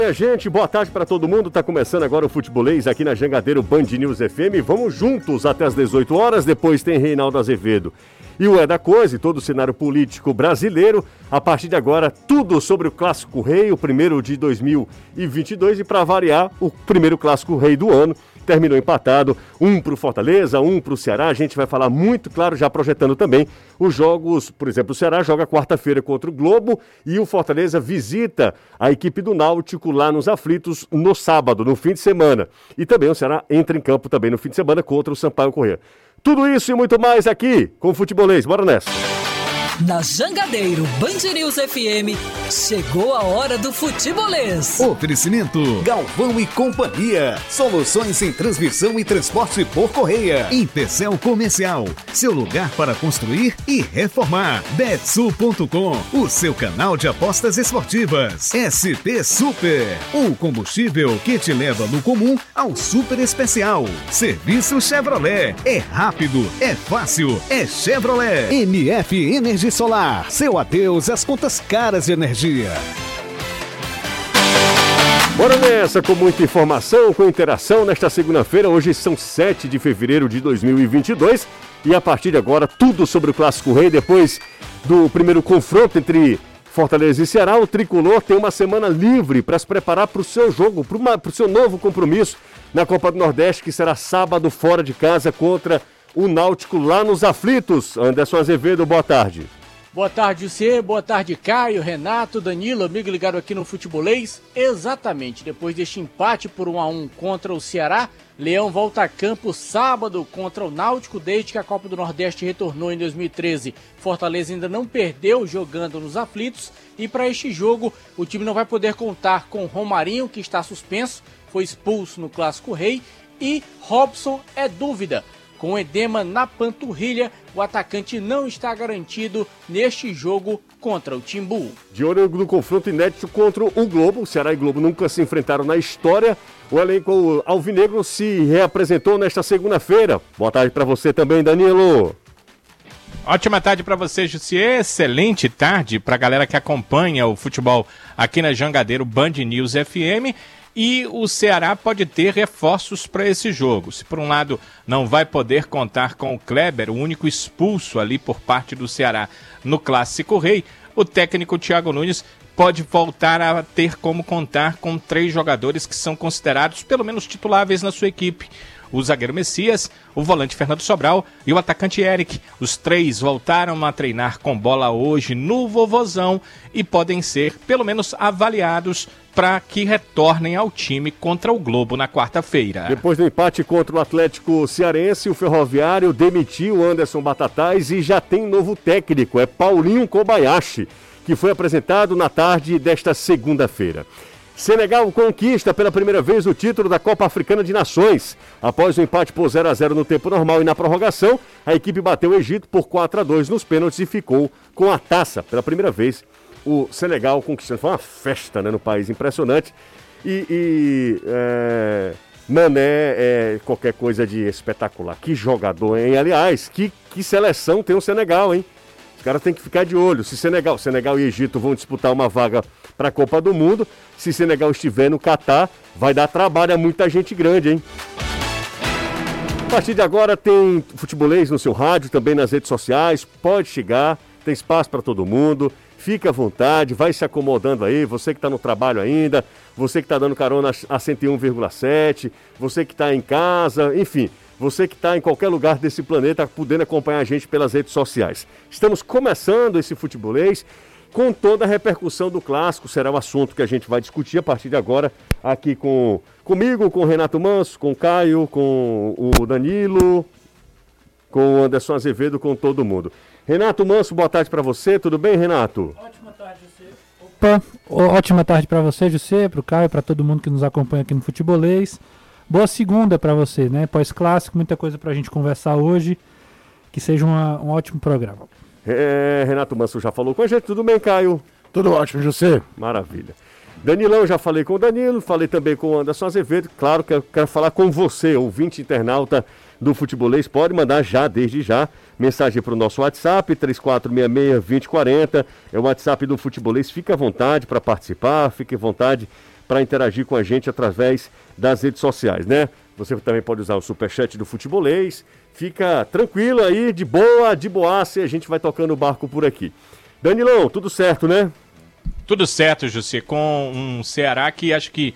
Minha gente, boa tarde para todo mundo. Tá começando agora o Futebolês aqui na Jangadeiro Band News FM. Vamos juntos até as 18 horas. Depois tem Reinaldo Azevedo e o É da Coisa e todo o cenário político brasileiro. A partir de agora, tudo sobre o Clássico Rei, o primeiro de 2022. E para variar, o primeiro Clássico Rei do ano. Terminou empatado, um para o Fortaleza, um para o Ceará. A gente vai falar muito, claro, já projetando também os jogos. Por exemplo, o Ceará joga quarta-feira contra o Globo e o Fortaleza visita a equipe do Náutico lá nos Aflitos no sábado, no fim de semana. E também o Ceará entra em campo também no fim de semana contra o Sampaio Corrêa. Tudo isso e muito mais aqui com o Futebolês. Bora nessa! Na Jangadeiro Band News FM, chegou a hora do Futebolês. Oferecimento Galvão e Companhia. Soluções em transmissão e transporte por correia. Empecel Comercial, seu lugar para construir e reformar. Betsul.com, o seu canal de apostas esportivas. SP Super, o combustível que te leva do comum ao super especial. Serviço Chevrolet, é rápido, é fácil, é Chevrolet. MF Energia Solar, seu adeus às contas caras de energia. Bora nessa, com muita informação, com interação nesta segunda-feira. Hoje são 7 de fevereiro de 2022 e a partir de agora tudo sobre o Clássico Rei. Depois do primeiro confronto entre Fortaleza e Ceará, o Tricolor tem uma semana livre para se preparar para o seu jogo, para o seu novo compromisso na Copa do Nordeste, que será sábado fora de casa contra o Náutico lá nos Aflitos. Anderson Azevedo, boa tarde. Boa tarde, você. Boa tarde, Caio, Renato, Danilo, amigo ligado aqui no Futebolês. Exatamente, depois deste empate por 1-1 contra o Ceará, Leão volta a campo sábado contra o Náutico. Desde que a Copa do Nordeste retornou em 2013, Fortaleza ainda não perdeu jogando nos Aflitos. E para este jogo, o time não vai poder contar com Romarinho, que está suspenso, foi expulso no Clássico Rei, e Robson é dúvida. Com edema na panturrilha, o atacante não está garantido neste jogo contra o Timbu. De olho no confronto inédito contra o Globo, o Ceará e Globo nunca se enfrentaram na história. O elenco alvinegro se reapresentou nesta segunda-feira. Boa tarde para você também, Danilo. Ótima tarde para você, Jussier. Excelente tarde para a galera que acompanha o futebol aqui na Jangadeiro Band News FM. E o Ceará pode ter reforços para esse jogo. Se por um lado não vai poder contar com o Kleber, o único expulso ali por parte do Ceará no Clássico Rei, o técnico Thiago Nunes pode voltar a ter como contar com 3 jogadores que são considerados pelo menos tituláveis na sua equipe. O zagueiro Messias, o volante Fernando Sobral e o atacante Eric. Os 3 voltaram a treinar com bola hoje no Vovozão e podem ser pelo menos avaliados para que retornem ao time contra o Globo na quarta-feira. Depois do empate contra o Atlético Cearense, o Ferroviário demitiu Anderson Batatais e já tem novo técnico, é Paulinho Kobayashi, que foi apresentado na tarde desta segunda-feira. Senegal conquista pela primeira vez o título da Copa Africana de Nações. Após o empate por 0-0 no tempo normal e na prorrogação, a equipe bateu o Egito por 4-2 nos pênaltis e ficou com a taça. Pela primeira vez, o Senegal conquistando. Foi uma festa, né, no país, impressionante. Mané é qualquer coisa de espetacular. Que jogador, hein? Aliás, que seleção tem o Senegal, hein? Os caras têm que ficar de olho. Se Senegal e Egito vão disputar uma vaga para a Copa do Mundo, se Senegal estiver no Catar, vai dar trabalho a muita gente grande, hein? A partir de agora tem Futebolês no seu rádio, também nas redes sociais. Pode chegar, tem espaço para todo mundo. Fica à vontade, vai se acomodando aí. Você que está no trabalho ainda, você que está dando carona a 101,7, você que está em casa, enfim. Você que está em qualquer lugar desse planeta podendo acompanhar a gente pelas redes sociais. Estamos começando esse Futebolês com toda a repercussão do Clássico. Será o assunto que a gente vai discutir a partir de agora aqui comigo, com o Renato Manso, com o Caio, com o Danilo, com o Anderson Azevedo, com todo mundo. Renato Manso, boa tarde para você. Tudo bem, Renato? Ótima tarde, José. Opa, ótima tarde para você, José, para o Caio, para todo mundo que nos acompanha aqui no Futebolês. Boa segunda para você, né? Pós-clássico, muita coisa para a gente conversar hoje. Que seja um ótimo programa. Renato Manso já falou com a gente. Tudo bem, Caio? Tudo ótimo, José. Maravilha. Danilão, já falei com o Danilo, falei também com o Anderson Azevedo. Claro que eu quero falar com você, ouvinte internauta do Futebolês. Pode mandar desde já, mensagem para o nosso WhatsApp, 3466-2040. É o WhatsApp do Futebolês. Fique à vontade para participar, fique à vontade para interagir com a gente através das redes sociais, né? Você também pode usar o superchat do Futebolês. Fica tranquilo aí, de boaça, e a gente vai tocando o barco por aqui. Danilão, tudo certo, né? Tudo certo, José, com um Ceará que acho que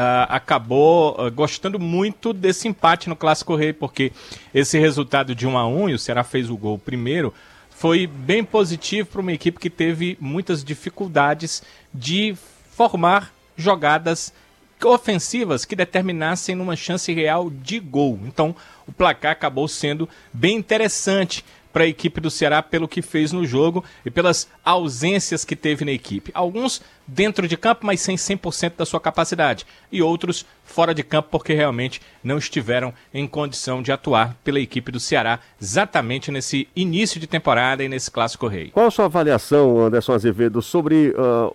acabou gostando muito desse empate no Clássico Rei, porque esse resultado de 1-1, e o Ceará fez o gol primeiro, foi bem positivo para uma equipe que teve muitas dificuldades de formar jogadas ofensivas que determinassem numa chance real de gol. Então, o placar acabou sendo bem interessante para a equipe do Ceará pelo que fez no jogo e pelas ausências que teve na equipe. Alguns dentro de campo, mas sem 100% da sua capacidade. E outros fora de campo porque realmente não estiveram em condição de atuar pela equipe do Ceará exatamente nesse início de temporada e nesse Clássico Rei. Qual a sua avaliação, Anderson Azevedo, sobre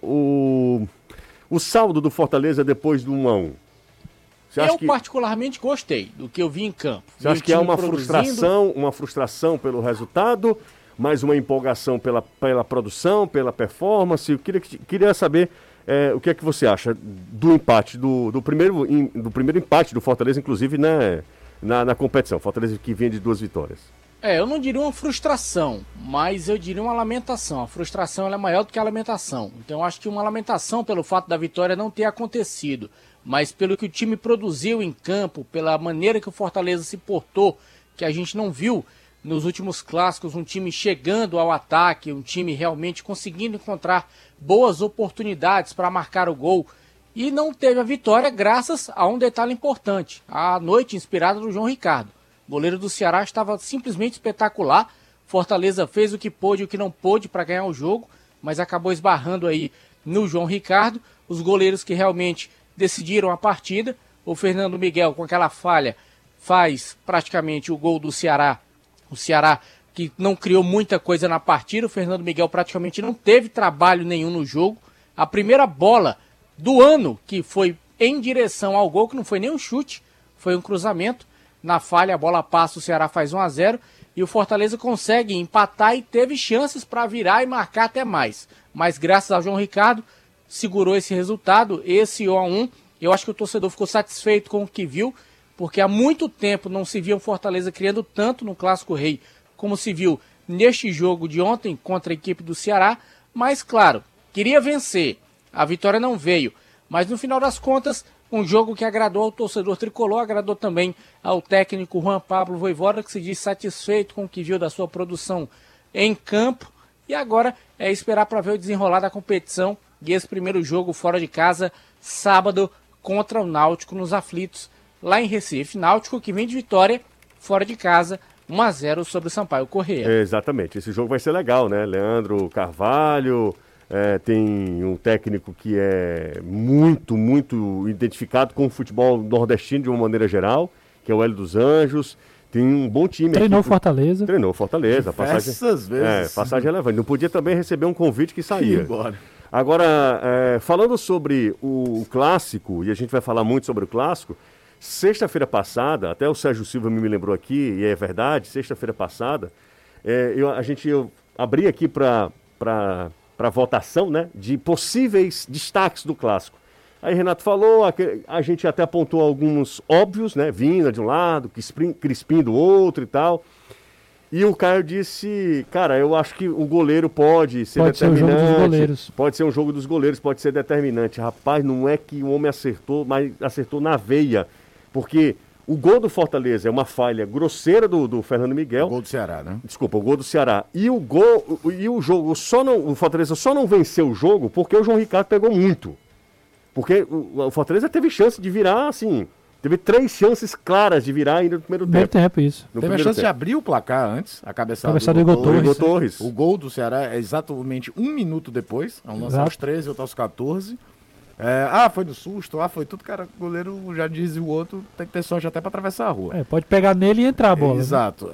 o saldo do Fortaleza depois do 1-1? Particularmente gostei do que eu vi em campo. Você acha que há uma frustração pelo resultado, mais uma empolgação pela produção, pela performance? Eu queria saber o que é que você acha do empate, do primeiro empate do Fortaleza, inclusive na competição. Fortaleza que vem de 2 vitórias. Eu não diria uma frustração, mas eu diria uma lamentação. A frustração ela é maior do que a lamentação. Então eu acho que uma lamentação pelo fato da vitória não ter acontecido, mas pelo que o time produziu em campo, pela maneira que o Fortaleza se portou, que a gente não viu nos últimos clássicos, um time chegando ao ataque, um time realmente conseguindo encontrar boas oportunidades para marcar o gol, e não teve a vitória graças a um detalhe importante, a noite inspirada do João Ricardo. O goleiro do Ceará estava simplesmente espetacular, Fortaleza fez o que pôde e o que não pôde para ganhar o jogo, mas acabou esbarrando aí no João Ricardo. Os goleiros que realmente decidiram a partida, o Fernando Miguel com aquela falha faz praticamente o gol do Ceará, o Ceará que não criou muita coisa na partida, o Fernando Miguel praticamente não teve trabalho nenhum no jogo, a primeira bola do ano que foi em direção ao gol, que não foi nem um chute, foi um cruzamento, na falha a bola passa, o Ceará faz 1-0 e o Fortaleza consegue empatar e teve chances para virar e marcar até mais, mas graças ao João Ricardo segurou esse resultado, esse 1-1. Eu acho que o torcedor ficou satisfeito com o que viu, porque há muito tempo não se via um Fortaleza criando tanto no Clássico Rei como se viu neste jogo de ontem contra a equipe do Ceará, mas claro, queria vencer, a vitória não veio, mas no final das contas, um jogo que agradou ao torcedor tricolor, agradou também ao técnico Juan Pablo Vojvoda, que se diz satisfeito com o que viu da sua produção em campo, e agora é esperar para ver o desenrolar da competição. E esse primeiro jogo fora de casa, sábado, contra o Náutico nos Aflitos, lá em Recife. Náutico que vem de vitória, fora de casa, 1-0 sobre o Sampaio Corrêa. Exatamente, esse jogo vai ser legal, né? Leandro Carvalho, tem um técnico que é muito, muito identificado com o futebol nordestino de uma maneira geral, que é o Hélio dos Anjos. Tem um bom time. Treinou Fortaleza. Diversas vezes. Passagem relevante. Não podia também receber um convite que saía. Agora, falando sobre o clássico, e a gente vai falar muito sobre o clássico, sexta-feira passada, até o Sérgio Silva me lembrou aqui, e é verdade, sexta-feira passada, eu abri aqui para votação, né, de possíveis destaques do clássico. Aí Renato falou, a gente até apontou alguns óbvios, né, Vina de um lado, Crispim do outro e tal. E o Caio disse, cara, eu acho que o goleiro pode ser determinante. Ser um jogo dos goleiros. Pode ser um jogo dos goleiros, pode ser determinante. Rapaz, não é que o homem acertou, mas acertou na veia. Porque o gol do Fortaleza é uma falha grosseira do Fernando Miguel. O gol do Ceará, né? Desculpa, o gol do Ceará. E o jogo, o Fortaleza só não venceu o jogo porque o João Ricardo pegou muito. Porque o Fortaleza teve chance de virar, assim... Teve 3 chances claras de virar ainda no primeiro tempo. Isso. Teve a chance de abrir o placar antes, a cabeçada do Igor Torres. O gol do Ceará é exatamente 1 minuto depois, um lance aos 13, outro aos 14. Foi do susto, foi tudo, cara, o goleiro já diz o outro, tem que ter sorte até pra atravessar a rua. Pode pegar nele e entrar a bola. Exato.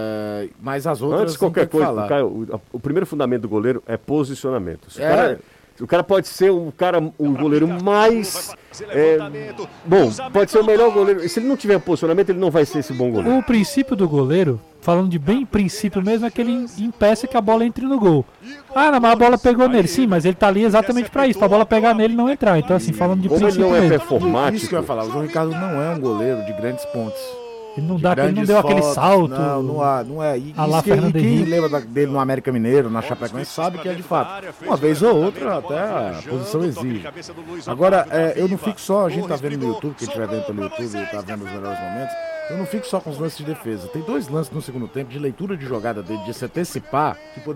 Mas as outras... Antes de qualquer coisa, Caio, o primeiro fundamento do goleiro é posicionamento. O cara pode ser um goleiro mais... pode ser o melhor goleiro. Se ele não tiver posicionamento, ele não vai ser esse bom goleiro. O princípio do goleiro, falando de bem princípio mesmo, é que ele impeça que a bola entre no gol. Mas a bola pegou nele. Sim, mas ele tá ali exatamente pra isso, pra bola pegar nele e não entrar. Então, assim, falando de Como princípio ele não é mesmo. performático... Isso que eu ia falar, o João Ricardo não é um goleiro de grandes pontos. Ele não deu aquele salto. Não é. E Fernando quem Henrique. lembra dele no América Mineiro, na Chapecoense, sabe que é de fato. Uma vez ou outra, até a posição exige. Agora, eu não fico só, a gente tá vendo no YouTube, quem estiver vendo pelo YouTube e tá vendo os melhores momentos, eu não fico só com os lances de defesa. Tem 2 lances no segundo tempo de leitura de jogada dele, de se antecipar,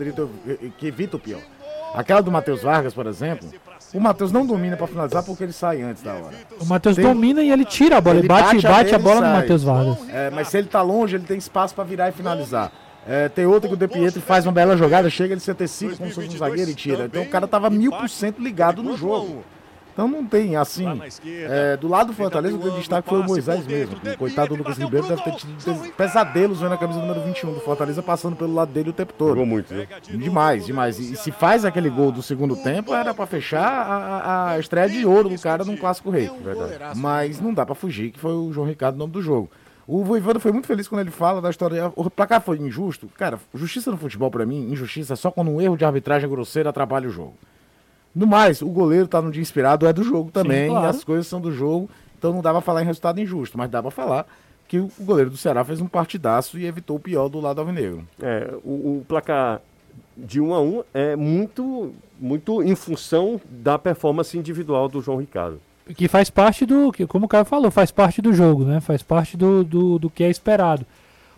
que evita o pior. Aquela do Matheus Vargas, por exemplo, o Matheus não domina pra finalizar porque ele sai antes da hora. O Matheus domina e ele tira a bola, ele bate a bola no Matheus Vargas. Mas se ele tá longe, ele tem espaço pra virar e finalizar. Tem outra que o De Pietri faz uma bela jogada, chega, ele se antecipa como se fosse um zagueiro e tira. Então o cara tava 1000% ligado no jogo. Então não tem, assim, do lado do Fortaleza, o grande destaque foi o Moisés mesmo. O coitado do Lucas Ribeiro deve ter tido pesadelos vendo a camisa número 21 do Fortaleza passando pelo lado dele o tempo todo. Jogou muito, né? Demais. E se faz aquele gol do segundo tempo, era pra fechar a estreia de ouro do cara num Clássico Rei. Verdade. Mas não dá pra fugir, que foi o João Ricardo o nome do jogo. O Voivoda foi muito feliz quando ele fala da história. O placar foi injusto. Cara, justiça no futebol, pra mim, injustiça é só quando um erro de arbitragem grosseiro atrapalha o jogo. No mais, o goleiro tá no dia inspirado, é do jogo também. Sim, claro. E as coisas são do jogo, então não dá pra falar em resultado injusto, mas dá pra falar que o goleiro do Ceará fez um partidaço e evitou o pior do lado alvinegro. O placar de 1-1 é muito em função da performance individual do João Ricardo. Que faz parte como o Caio falou, faz parte do jogo, né? Faz parte do que é esperado.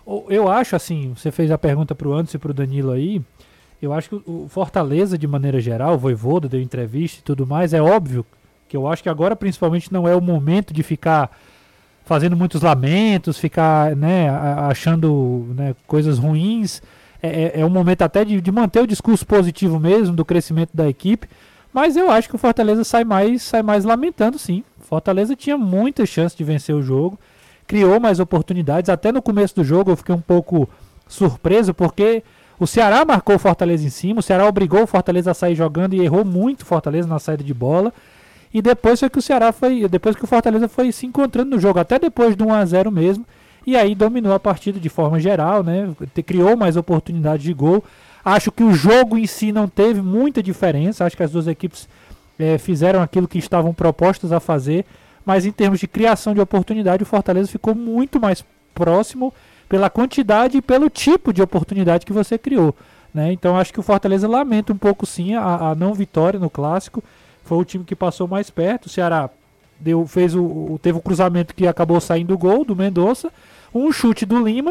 Eu acho, assim, você fez a pergunta pro Anderson e pro Danilo aí, eu acho que o Fortaleza, de maneira geral, o Voivoda deu entrevista e tudo mais, é óbvio que eu acho que agora, principalmente, não é o momento de ficar fazendo muitos lamentos, ficar, né, achando, né, coisas ruins. É um momento até de manter o discurso positivo mesmo, do crescimento da equipe, mas eu acho que o Fortaleza sai mais lamentando, sim. O Fortaleza tinha muita chance de vencer o jogo, criou mais oportunidades, até no começo do jogo eu fiquei um pouco surpreso, porque o Ceará marcou o Fortaleza em cima, o Ceará obrigou o Fortaleza a sair jogando e errou muito o Fortaleza na saída de bola. E depois foi que depois que o Fortaleza foi se encontrando no jogo, até depois do 1-0 mesmo, e aí dominou a partida de forma geral, né? Criou mais oportunidades de gol. Acho que o jogo em si não teve muita diferença, acho que as duas equipes fizeram aquilo que estavam propostas a fazer, mas em termos de criação de oportunidade, o Fortaleza ficou muito mais próximo pela quantidade e pelo tipo de oportunidade que você criou, né? Então acho que o Fortaleza lamenta um pouco sim a não vitória no Clássico. Foi o time que passou mais perto. O Ceará teve o cruzamento que acabou saindo do gol do Mendonça, um chute do Lima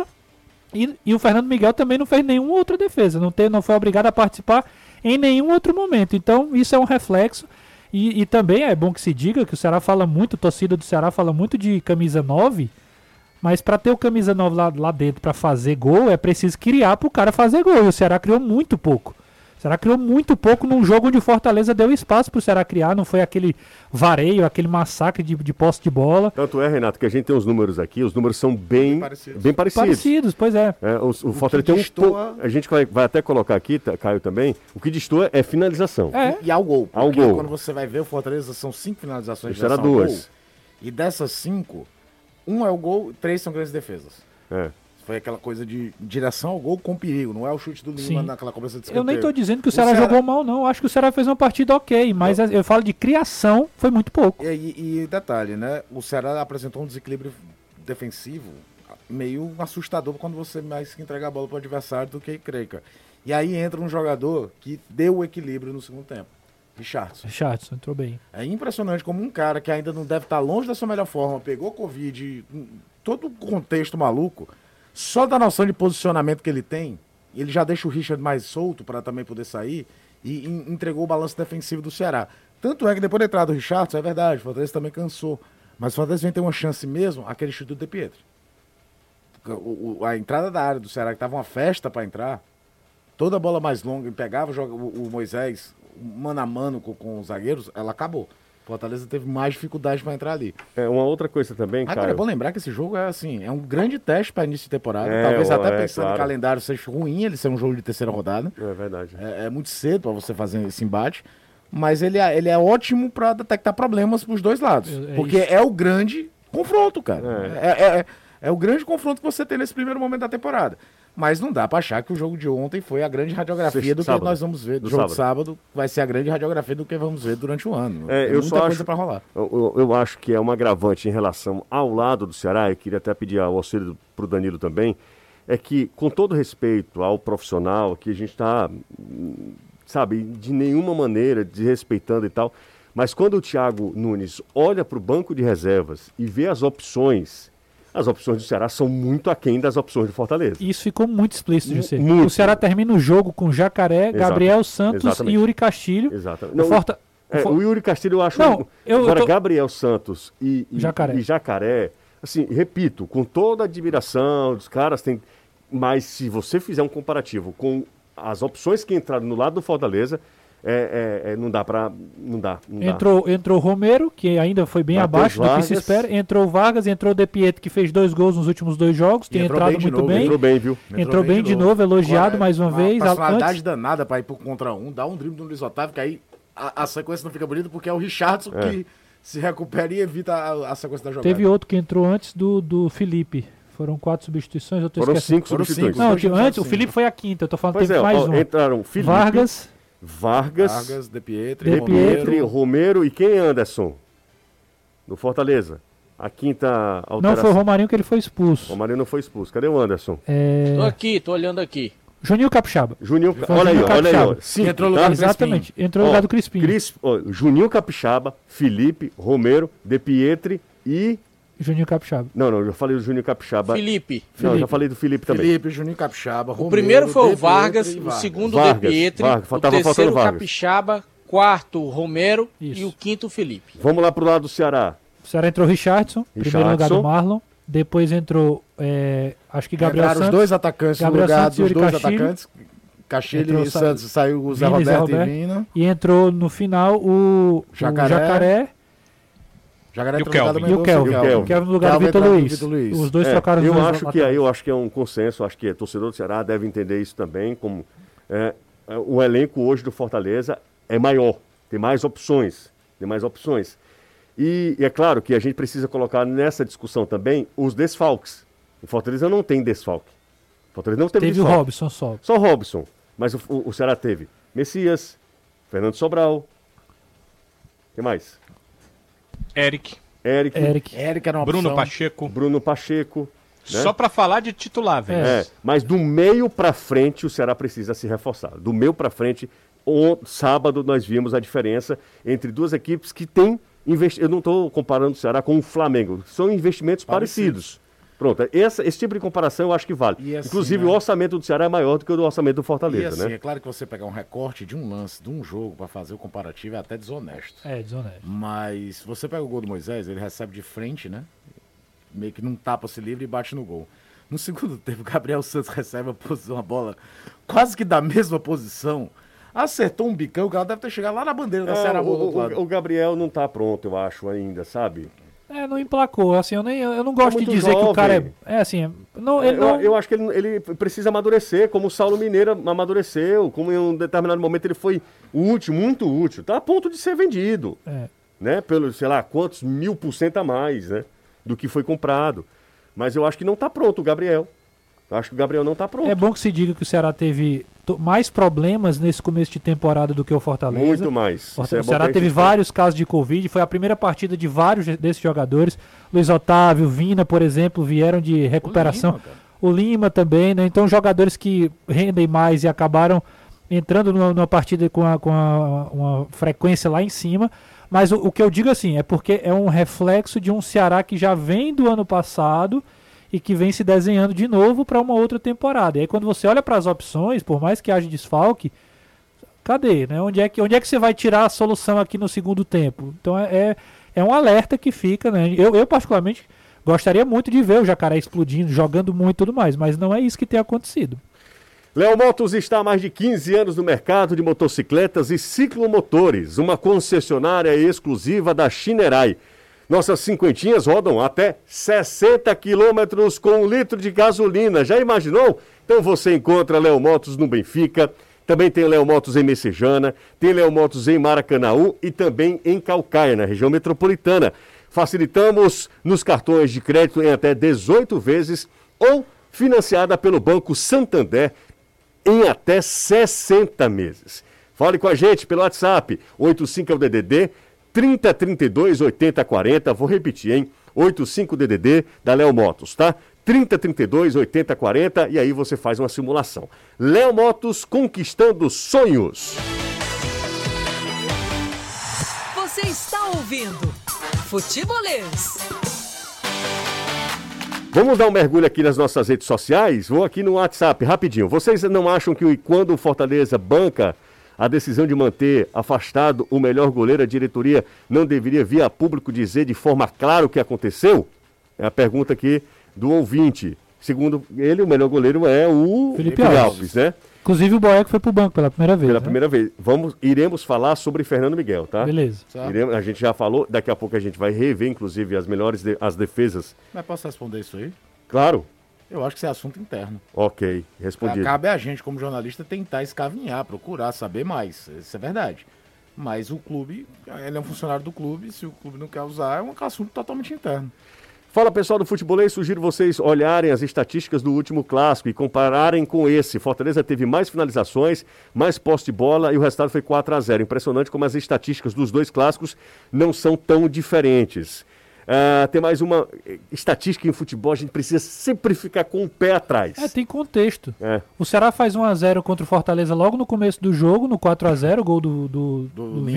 e o Fernando Miguel também não fez nenhuma outra defesa, não foi obrigado a participar em nenhum outro momento. Então isso é um reflexo e também é bom que se diga que o Ceará fala muito, a torcida do Ceará fala muito de camisa 9, mas para ter o camisa 9 lá dentro para fazer gol, é preciso criar para o cara fazer gol. E o Ceará criou muito pouco. O Ceará criou muito pouco num jogo onde o Fortaleza deu espaço para o Ceará criar. Não foi aquele vareio, aquele massacre de posse de bola. Tanto é, Renato, que a gente tem os números aqui. Os números são bem parecidos. Parecidos, pois é. O Fortaleza tem a gente vai até colocar aqui, Caio também. O que destoa é finalização. E ao gol. Ao gol. Quando você vai ver, o Fortaleza são 5 finalizações de direção ao gol. E dessas 5... 1 é o gol, 3 são grandes defesas. Foi aquela coisa de direção ao gol com perigo, não é o chute do Lima naquela cobrança de escanteio. Eu nem tô dizendo que o Ceará jogou mal, não. Acho que o Ceará fez uma partida ok, mas eu falo de criação, foi muito pouco. E detalhe, né? O Ceará apresentou um desequilíbrio defensivo meio assustador quando você mais que entrega a bola para o adversário do que Creca. E aí entra um jogador que deu o equilíbrio no segundo tempo. Richardson entrou bem. É impressionante como um cara que ainda não deve estar longe da sua melhor forma, pegou Covid, todo o contexto maluco, só da noção de posicionamento que ele tem, ele já deixa o Richard mais solto para também poder sair e entregou o balanço defensivo do Ceará. Tanto é que depois da entrada do Richardson, é verdade, o Fortaleza também cansou, mas o Fortaleza vem ter uma chance mesmo, aquele chute do De Pietri. A entrada da área do Ceará, que estava uma festa para entrar, toda a bola mais longa, e pegava o Moisés mano a mano com os zagueiros, ela acabou. Fortaleza teve mais dificuldade para entrar ali. Uma outra coisa também, Agora, é bom lembrar que esse jogo é um grande teste para início de temporada. Talvez até pensando em calendário seja ruim ele ser um jogo de terceira rodada. É verdade. É muito cedo para você fazer esse embate. mas ele é ótimo para detectar problemas pros dois lados. Porque é o grande confronto, cara. É o grande confronto que você tem nesse primeiro momento da temporada. Mas não dá pra achar que o jogo de ontem foi a grande radiografia do que nós vamos ver. O jogo de sábado vai ser a grande radiografia do que vamos ver durante o ano. Tem muita coisa pra rolar. Eu acho que é um agravante em relação ao lado do Ceará, eu queria até pedir o auxílio pro Danilo também, é que, com todo respeito ao profissional, que a gente está, sabe, de nenhuma maneira desrespeitando e tal, mas quando o Thiago Nunes olha pro banco de reservas e vê as opções do Ceará são muito aquém das opções do Fortaleza. Isso ficou muito explícito, José. O Ceará termina o jogo com Jacaré, Gabriel Santos e Yuri Castilho. Exatamente. O Yuri Castilho eu acho... Agora, Gabriel Santos e Jacaré, assim, repito, com toda a admiração dos caras, mas se você fizer um comparativo com as opções que entraram no lado do Fortaleza, não dá. Entrou o Romero, que ainda foi bem abaixo do que se espera. Entrou o Vargas, entrou o De Pietro, que fez 2 gols nos últimos 2 jogos. Tem entrado muito bem. Entrou bem, viu? Entrou bem de novo, elogiado mais uma vez. Personalidade danada para ir pro contra um. Dá um drible do Luiz Otávio, que aí a sequência não fica bonita, porque é o Richardson que se recupera e evita a sequência da jogada. Teve outro que entrou antes do Felipe. Foram 4 substituições. Foram 5 substituições. Não, antes o Felipe foi a quinta. Eu tô falando que teve mais um. Entraram Felipe, Vargas, De Pietro, Romero e quem, Anderson? Do Fortaleza. A quinta alteração. Não, foi o Romarinho que ele foi expulso. O Romarinho não foi expulso. Cadê o Anderson? Tô olhando aqui. Juninho Capixaba. Olha aí. Sim, entrou no lugar do Exatamente, entrou no lugar do Crispim. Juninho Capixaba, Felipe, Romero, De Pietri e... Juninho Capixaba. Não, eu falei do Juninho Capixaba. Felipe. Não, eu já falei do Felipe também. Felipe, Juninho Capixaba, Romero, o primeiro foi o Vargas, o segundo o De Pietri, o terceiro o Capixaba, quarto o Romero e o quinto o Felipe. Vamos lá pro lado do Ceará. O Ceará entrou Richardson, primeiro lugar do Marlon. Depois entrou, acho que Gabriel Santos. Os dois atacantes no lugar dos dois atacantes. Castilho e Santos, saiu o Zé Roberto e Vina. E entrou no final o Jacaré. E o Kelvin no lugar do Vitor Luiz. Os dois trocaram os dois. Eu acho que é um consenso, acho que o torcedor do Ceará deve entender isso também, como o elenco hoje do Fortaleza é maior, tem mais opções. E é claro que a gente precisa colocar nessa discussão também os desfalques. O Fortaleza não tem desfalque. O Fortaleza não teve desfalque. O Robson só. Só o Robson. Mas o Ceará teve Messias, Fernando Sobral. Quem mais? Eric era uma opção. Bruno Pacheco. Né? Só para falar de titular, velho. Mas do meio para frente o Ceará precisa se reforçar. Do meio para frente, sábado nós vimos a diferença entre duas equipes que têm eu não estou comparando o Ceará com o Flamengo, são investimentos parecidos. Pronto, esse tipo de comparação eu acho que vale. Assim, inclusive, o orçamento do Ceará é maior do que o do orçamento do Fortaleza, e assim, né? É claro que você pegar um recorte de um lance, de um jogo, para fazer o comparativo é até desonesto. É, desonesto. Mas você pega o gol do Moisés, ele recebe de frente, né? Meio que não tapa-se livre e bate no gol. No segundo tempo, o Gabriel Santos recebe uma bola quase que da mesma posição. Acertou um bicão, o cara deve ter chegado lá na bandeira da Ceará. O Gabriel não tá pronto, eu acho, ainda, sabe? Não emplacou, assim, eu não gosto de dizer jovem. Que o cara Eu acho que ele precisa amadurecer, como o Saulo Mineiro amadureceu, como em um determinado momento ele foi útil, muito útil. Tá a ponto de ser vendido, né? Pelo, sei lá, quantos 1000% a mais, né? Do que foi comprado. Mas eu acho que não tá pronto o Gabriel. Eu acho que o Gabriel não tá pronto. É bom que se diga que o Ceará teve mais problemas nesse começo de temporada do que o Fortaleza. Muito mais. O Ceará teve vários casos de Covid, foi a primeira partida de vários desses jogadores. Luiz Otávio, Vina, por exemplo, vieram de recuperação. O Lima também, né? Então jogadores que rendem mais e acabaram entrando numa partida com uma frequência lá em cima. Mas o que eu digo assim, é porque é um reflexo de um Ceará que já vem do ano passado e que vem se desenhando de novo para uma outra temporada. E aí quando você olha para as opções, por mais que haja desfalque, cadê? Né? Onde é que você vai tirar a solução aqui no segundo tempo? Então é um alerta que fica, né? Eu particularmente gostaria muito de ver o Jacaré explodindo, jogando muito e tudo mais, mas não é isso que tem acontecido. Léo Motos está há mais de 15 anos no mercado de motocicletas e ciclomotores, uma concessionária exclusiva da Shinerai. Nossas cinquentinhas rodam até 60 quilômetros com 1 litro de gasolina. Já imaginou? Então você encontra Léo Motos no Benfica, Também tem Léo Motos em Messejana, tem Léo Motos em Maracanaú e também em Calcaia, na região metropolitana. Facilitamos nos cartões de crédito em até 18 vezes ou financiada pelo Banco Santander em até 60 meses. Fale com a gente pelo WhatsApp, 85 é o DDD 3032 8040, vou repetir, hein? 85DDD da Léo Motos, tá? 3032 8040 e aí você faz uma simulação. Léo Motos conquistando sonhos. Você está ouvindo Futebolês. Vamos dar um mergulho aqui nas nossas redes sociais? Vou aqui no WhatsApp, rapidinho. Vocês não acham que quando o Fortaleza banca a decisão de manter afastado o melhor goleiro, a diretoria não deveria vir a público dizer de forma clara o que aconteceu? É a pergunta aqui do ouvinte. Segundo ele, o melhor goleiro é o Felipe Alves, né? Inclusive o Boeck foi pro banco pela primeira vez. Pela primeira vez. Iremos falar sobre Fernando Miguel, tá? Beleza. A gente já falou, daqui a pouco a gente vai rever, inclusive, as melhores as defesas. Mas posso responder isso aí? Claro. Eu acho que isso é assunto interno. Ok, respondido. Cabe a gente, como jornalista, tentar escavinhar, procurar saber mais. Isso é verdade. Mas o clube, ele é um funcionário do clube, se o clube não quer usar, é um assunto totalmente interno. Fala, pessoal do Futebolês, sugiro vocês olharem as estatísticas do último clássico e compararem com esse. Fortaleza teve mais finalizações, mais posse de bola e o resultado foi 4-0. Impressionante como as estatísticas dos dois clássicos não são tão diferentes. Tem mais uma estatística em futebol, a gente precisa sempre ficar com o pé atrás. Tem contexto. O Ceará faz 1-0 contra o Fortaleza logo no começo do jogo, no 4-0, gol do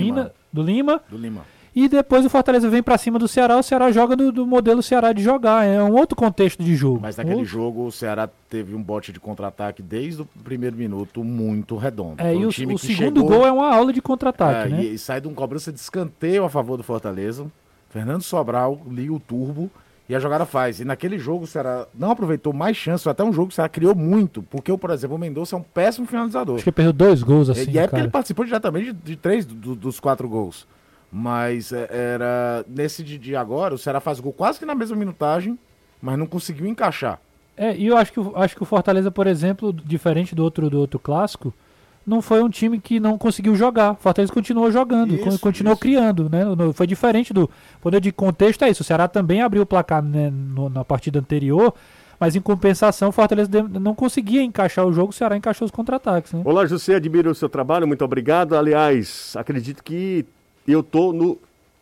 Lima. E depois o Fortaleza vem pra cima do Ceará, o Ceará joga do modelo Ceará de jogar. É um outro contexto de jogo. Mas naquele jogo o Ceará teve um bote de contra-ataque desde o primeiro minuto muito redondo. E o segundo gol é uma aula de contra-ataque, né? E sai de uma cobrança de escanteio a favor do Fortaleza. Fernando Sobral liga o turbo e a jogada faz. E naquele jogo o Ceará não aproveitou mais chances, até um jogo que o Ceará criou muito, porque, por exemplo, o Mendonça é um péssimo finalizador. Acho que ele perdeu 2 gols assim, E é porque ele participou diretamente de 3 dos 4 gols. Mas era nesse de agora, o Ceará faz gol quase que na mesma minutagem, mas não conseguiu encaixar. E eu acho que o Fortaleza, por exemplo, diferente do outro clássico, não foi um time que não conseguiu jogar. O Fortaleza continuou jogando, continuou criando, né? Foi diferente do poder de contexto, é isso. O Ceará também abriu o placar, né, na partida anterior, mas em compensação o Fortaleza não conseguia encaixar o jogo, o Ceará encaixou os contra-ataques, né? Olá, José, admiro o seu trabalho, muito obrigado. Aliás, acredito que eu tô no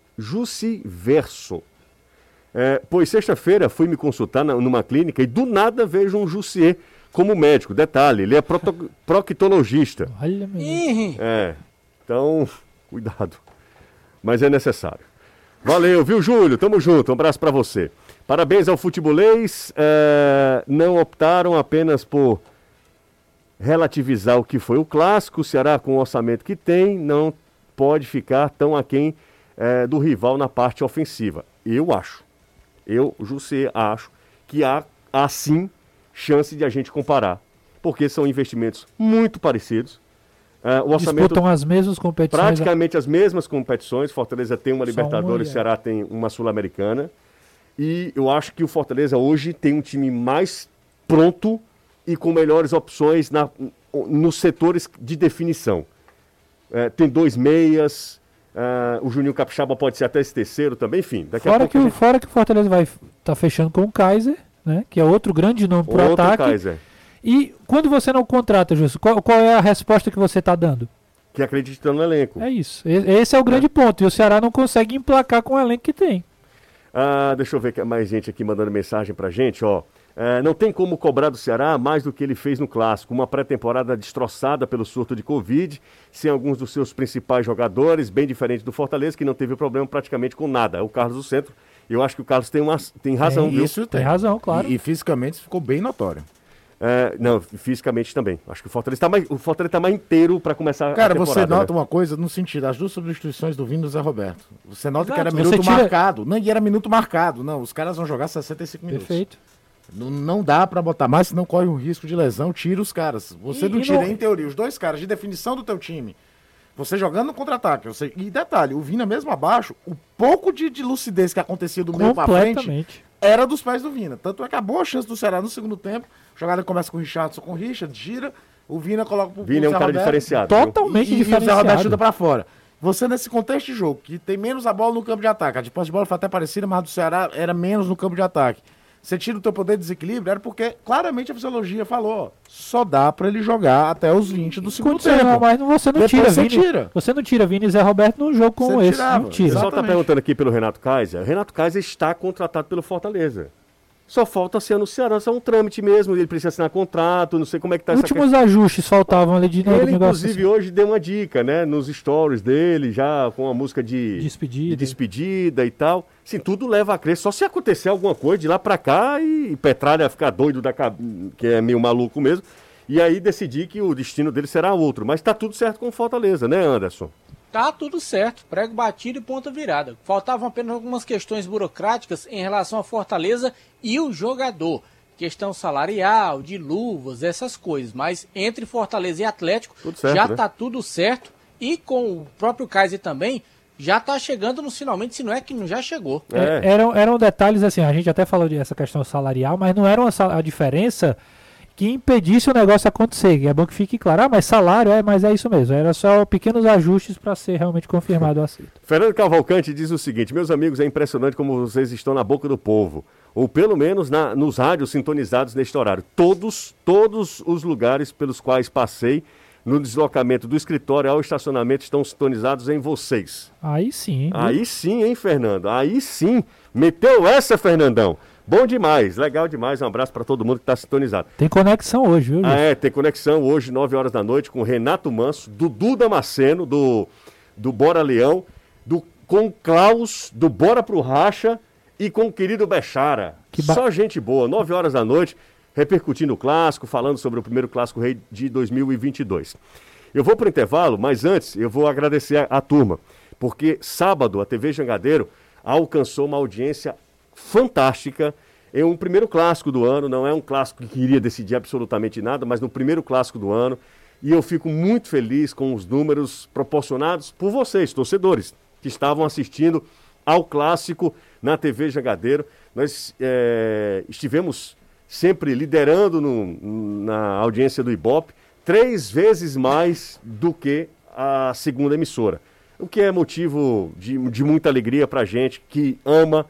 Jussiverso. Pois sexta-feira fui me consultar numa clínica e do nada vejo um Jussier como médico. Detalhe, ele é proctologista. Olha, meu. Então, cuidado. Mas é necessário. Valeu, viu, Júlio? Tamo junto, um abraço pra você. Parabéns ao Futebolês. Não optaram apenas por relativizar o que foi o clássico. O Ceará, com o orçamento que tem, não pode ficar tão aquém do rival na parte ofensiva. Eu, José, acho que há sim chance de a gente comparar, porque são investimentos muito parecidos. O orçamento disputam as mesmas competições. Praticamente as mesmas competições. Fortaleza tem uma Libertadores, o Ceará tem uma Sul-Americana. E eu acho que o Fortaleza hoje tem um time mais pronto e com melhores opções nos setores de definição. Tem 2 meias, o Juninho Capixaba pode ser até esse terceiro também, enfim. Fora que o Fortaleza vai estar fechando com o Kaiser, né, que é outro grande nome para o ataque. Kaiser. E quando você não contrata, Justo, qual é a resposta que você está dando? Que acredita no elenco. É isso. Esse é o grande ponto. E o Ceará não consegue emplacar com o elenco que tem. Deixa eu ver que mais gente aqui mandando mensagem pra gente, ó. Não tem como cobrar do Ceará mais do que ele fez no Clássico. Uma pré-temporada destroçada pelo surto de Covid, sem alguns dos seus principais jogadores, bem diferente do Fortaleza, que não teve problema praticamente com nada. O Carlos do Centro, eu acho que o Carlos tem razão, viu? Isso tem razão, claro. E fisicamente ficou bem notório. Não, fisicamente também. Acho que o Fortaleza tá mais inteiro para começar a temporada. Cara, você nota uma coisa no sentido, as 2 substituições do Vini e do Zé Roberto. Você nota que era minuto marcado. Não, e era minuto marcado. Não, os caras vão jogar 65 minutos. Perfeito. Não dá pra botar mais, senão corre um risco de lesão, tira os caras. Você não tira, em teoria, os 2 caras de definição do teu time. Você jogando no contra-ataque. E detalhe, o Vina mesmo abaixo, o pouco de lucidez que acontecia do meio pra frente era dos pés do Vina. Tanto é que a boa chance do Ceará no segundo tempo, a jogada começa com o Richardson, com o Richard, gira, O Vina coloca pro Vina é um Zé cara Roberto, diferenciado. Totalmente e o Zé Roberto diferenciado. chuta pra fora. Você, nesse contexto de jogo, que tem menos a bola no campo de ataque, a de posse de bola foi até parecida, mas a do Ceará era menos no campo de ataque. Você tira o teu poder de desequilíbrio, era porque claramente a fisiologia falou, ó, só dá pra ele jogar até os 20 do segundo Aconteceu, tempo. mas você não Depois tira, você Vini. tira. Você não tira Vini e Zé Roberto num jogo como Você esse. tirava. Não O tira. pessoal está Exatamente. perguntando aqui pelo Renato Kaiser. O Renato Kaiser está contratado pelo Fortaleza. Só falta ser anunciado, só um trâmite mesmo. Ele precisa assinar contrato, não sei como é que está essa Últimos ajustes faltavam ali de Ele, negócio inclusive, assim. hoje deu uma dica, né? Nos stories dele, já com a música de despedida e tal. Sim, tudo leva a crer. Só se acontecer alguma coisa de lá pra cá e Petralha ficar doido, que é meio maluco mesmo. E aí decidir que o destino dele será outro. Mas tá tudo certo com o Fortaleza, né, Anderson? Tá tudo certo, prego batido e ponta virada. Faltavam apenas algumas questões burocráticas em relação à Fortaleza e o jogador. Questão salarial, de luvas, essas coisas. Mas entre Fortaleza e Atlético Certo, já né? tá tudo certo. E com o próprio Kaiser também, já tá chegando nos finalmente, se não é que não já chegou. Eram detalhes assim, a gente até falou dessa questão salarial, mas não era a diferença que impedisse o negócio acontecer. É bom que fique claro, mas salário mas é isso mesmo. Era só pequenos ajustes para ser realmente confirmado o acerto. Fernando Cavalcante diz o seguinte: meus amigos, é impressionante como vocês estão na boca do povo. Ou pelo menos nos rádios sintonizados neste horário. Todos os lugares pelos quais passei no deslocamento do escritório ao estacionamento estão sintonizados em vocês. Aí sim. Aí sim, hein, Fernando? Aí sim. Meteu essa, Fernandão. Bom demais, legal demais. Um abraço para todo mundo que está sintonizado. Tem conexão hoje, viu, Wilson? Tem conexão hoje, 9 horas da noite, com Renato Manso, Dudu Damasceno, do Bora Leão, com o Klaus, do Bora Pro Racha, e com o querido Bechara. Só gente boa, 9 horas da noite, repercutindo o clássico, falando sobre o primeiro Clássico Rei de 2022. Eu vou para o intervalo, mas antes eu vou agradecer a turma, porque sábado a TV Jangadeiro alcançou uma audiência fantástica. É um primeiro clássico do ano, não é um clássico que iria decidir absolutamente nada, mas no primeiro clássico do ano. E eu fico muito feliz com os números proporcionados por vocês, torcedores, que estavam assistindo ao clássico na TV Jangadeiro. Nós estivemos sempre liderando na audiência do Ibope, 3 vezes mais do que a segunda emissora. O que é motivo de muita alegria para a gente que ama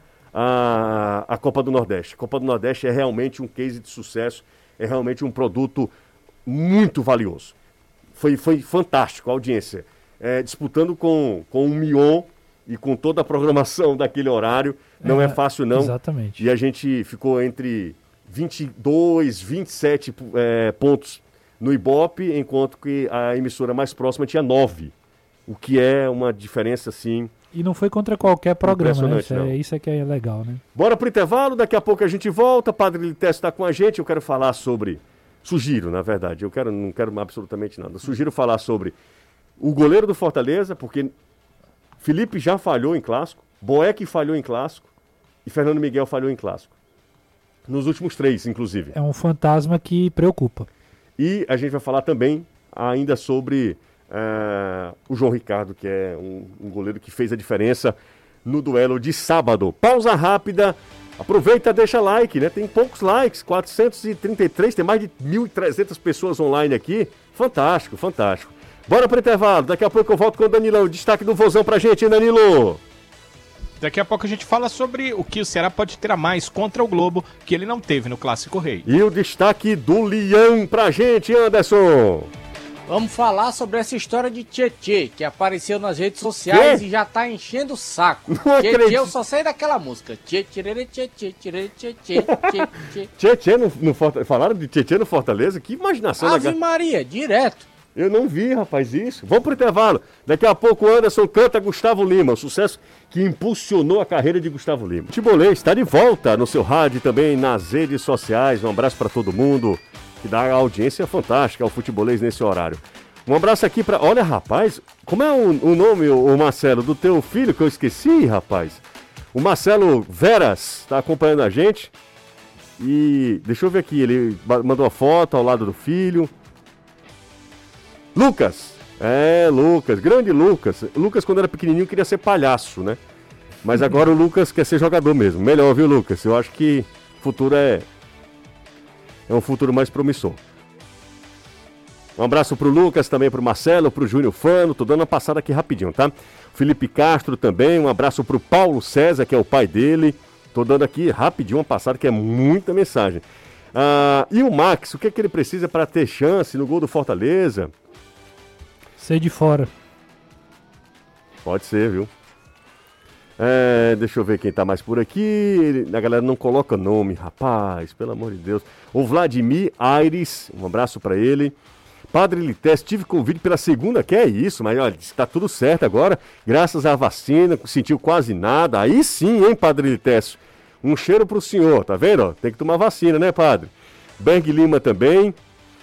a Copa do Nordeste. A Copa do Nordeste é realmente um case de sucesso, é realmente um produto muito valioso. Foi fantástico a audiência. Disputando com o Mion e com toda a programação daquele horário, não é fácil não. Exatamente. E a gente ficou entre 22, 27 pontos no Ibope, enquanto que a emissora mais próxima tinha 9. O que é uma diferença, assim... E não foi contra qualquer programa, né? Isso é que é legal, né? Bora pro intervalo, daqui a pouco a gente volta. Padre Litécio está com a gente. Eu quero falar sobre... Sugiro, na verdade. Não quero absolutamente nada. Sugiro falar sobre o goleiro do Fortaleza, porque Felipe já falhou em clássico, Boeck falhou em clássico e Fernando Miguel falhou em clássico. Nos últimos 3, inclusive. É um fantasma que preocupa. E a gente vai falar também ainda sobre... o João Ricardo, que é um goleiro que fez a diferença no duelo de sábado. Pausa rápida, aproveita, deixa like, né? Tem poucos likes, 433, tem mais de 1.300 pessoas online aqui. Fantástico, fantástico. Bora pro intervalo, daqui a pouco eu volto com o Danilão. Destaque do Vozão pra gente, hein, Danilo? Daqui a pouco a gente fala sobre o que o Ceará pode ter a mais contra o Globo, que ele não teve no Clássico Rei. E o destaque do Lian pra gente, Anderson. Vamos falar sobre essa história de Tietê, que apareceu nas redes sociais e já tá enchendo o saco. Tietê, eu só sei daquela música. Tietê. Falaram de Tietê no Fortaleza? Que imaginação. Ave Maria, direto. Eu não vi, rapaz, isso. Vamos pro intervalo. Daqui a pouco o Anderson canta Gustavo Lima, o sucesso que impulsionou a carreira de Gustavo Lima. Futebolês está de volta no seu rádio e também nas redes sociais. Um abraço para todo mundo que dá a audiência fantástica ao Futebolês nesse horário. Um abraço aqui para... Olha, rapaz, como é o nome, o Marcelo, do teu filho que eu esqueci, rapaz? O Marcelo Veras está acompanhando a gente. E deixa eu ver aqui, ele mandou a foto ao lado do filho. Lucas, Lucas, grande Lucas. Lucas, quando era pequenininho, queria ser palhaço, né? Mas agora o Lucas quer ser jogador mesmo. Melhor, viu, Lucas? Eu acho que o futuro é um futuro mais promissor. Um abraço pro Lucas, também pro Marcelo, pro Júnior Fano. Tô dando uma passada aqui rapidinho, tá? Felipe Castro também. Um abraço pro Paulo César, que é o pai dele. Tô dando aqui rapidinho uma passada, que é muita mensagem. E o Max, o que é que ele precisa para ter chance no gol do Fortaleza? Ser de fora. Pode ser, viu? Deixa eu ver quem tá mais por aqui. A galera não coloca nome, rapaz, pelo amor de Deus. O Vladimir Aires, um abraço para ele. Padre Lités, tive convite pela segunda, que é isso, mas olha, está tudo certo agora, graças à vacina, sentiu quase nada. Aí sim, hein, Padre Lités? Um cheiro pro senhor, tá vendo? Ó, tem que tomar vacina, né, padre? Berg Lima também.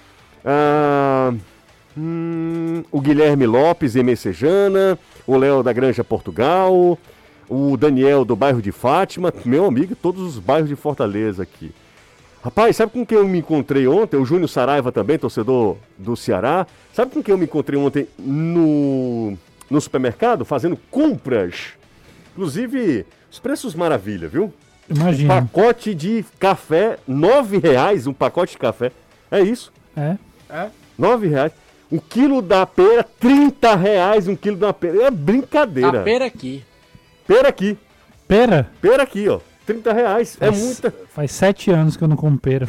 O Guilherme Lopes, Messejana. O Léo da Granja Portugal. O Daniel do bairro de Fátima. Meu amigo, todos os bairros de Fortaleza aqui. Rapaz, sabe com quem eu me encontrei ontem? O Júnior Saraiva também, torcedor do Ceará. Sabe com quem eu me encontrei ontem no supermercado, fazendo compras? Inclusive, os preços maravilha, viu? Imagina. Um pacote de café, R$9, um pacote de café. É isso. R$9. Um quilo da pera, R$30, um quilo da pera. É brincadeira. A pera aqui. Pera aqui. Pera? Pera aqui, ó. R$30. É muita. Faz 7 anos que eu não como pera.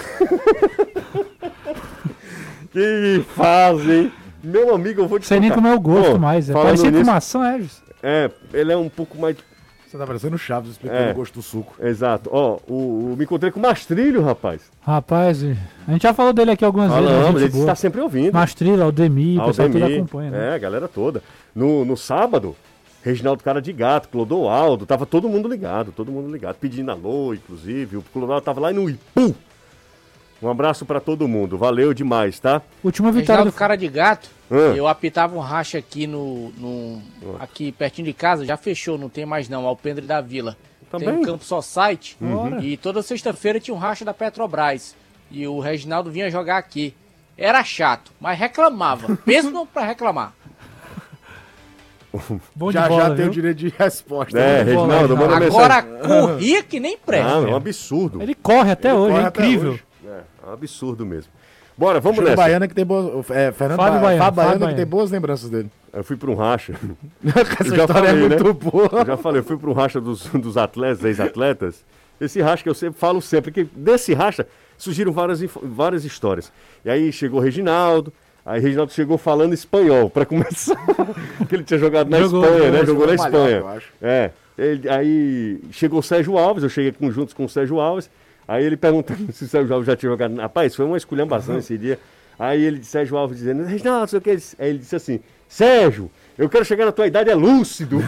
Que fazem. Meu amigo, eu vou te Sei nem como é o gosto mais. É parecido com maçã, ele é um pouco mais... Você tá parecendo o Chaves explicando o gosto do suco. Exato. Ó, me encontrei com o Mastrilho, rapaz. Rapaz, a gente já falou dele aqui algumas vezes. Não, mas ele está sempre ouvindo. Mastrilho, Aldemir, o pessoal todo acompanha, né? A galera toda. No sábado, Reginaldo Cara de Gato, Clodoaldo, tava todo mundo ligado, pedindo alô, inclusive. O Clodoaldo tava lá no Ipu. Um abraço pra todo mundo, valeu demais, tá? Última vitória do Cara de Gato, eu apitava um racha aqui aqui pertinho de casa, já fechou, não tem mais não, Alpendre da Vila. Também? Tem um Campo Society, e toda sexta-feira tinha um racha da Petrobras, e o Reginaldo vinha jogar aqui. Era chato, mas reclamava, mesmo pra reclamar. Bom já bola, tem o direito de resposta. Reginaldo, manda agora corria que nem presta. É um absurdo. Ele corre até hoje, é incrível. É um absurdo mesmo. Bora, vamos nessa. Baiana que tem boas... Fernando Fábio Baiana que tem boas lembranças dele. Eu fui para um racha. Essa história é muito boa. Eu já falei, eu fui para um racha dos atletas, ex-atletas. Esse racha que eu falo sempre, que desse racha surgiram várias histórias. E aí chegou o Reginaldo, aí Reginaldo chegou falando espanhol, para começar. Porque ele tinha jogado na Espanha, né? Jogou na Espanha. Eu acho. Aí chegou o Sérgio Alves, eu cheguei juntos com o Sérgio Alves. Aí ele perguntando se o Sérgio Alves já tinha jogado. Rapaz, foi uma esculhambação esse dia. Aí ele, Sérgio Alves, dizendo, Reginaldo, não sei o que. Aí ele disse assim, Sérgio, eu quero chegar na tua idade, é lúcido.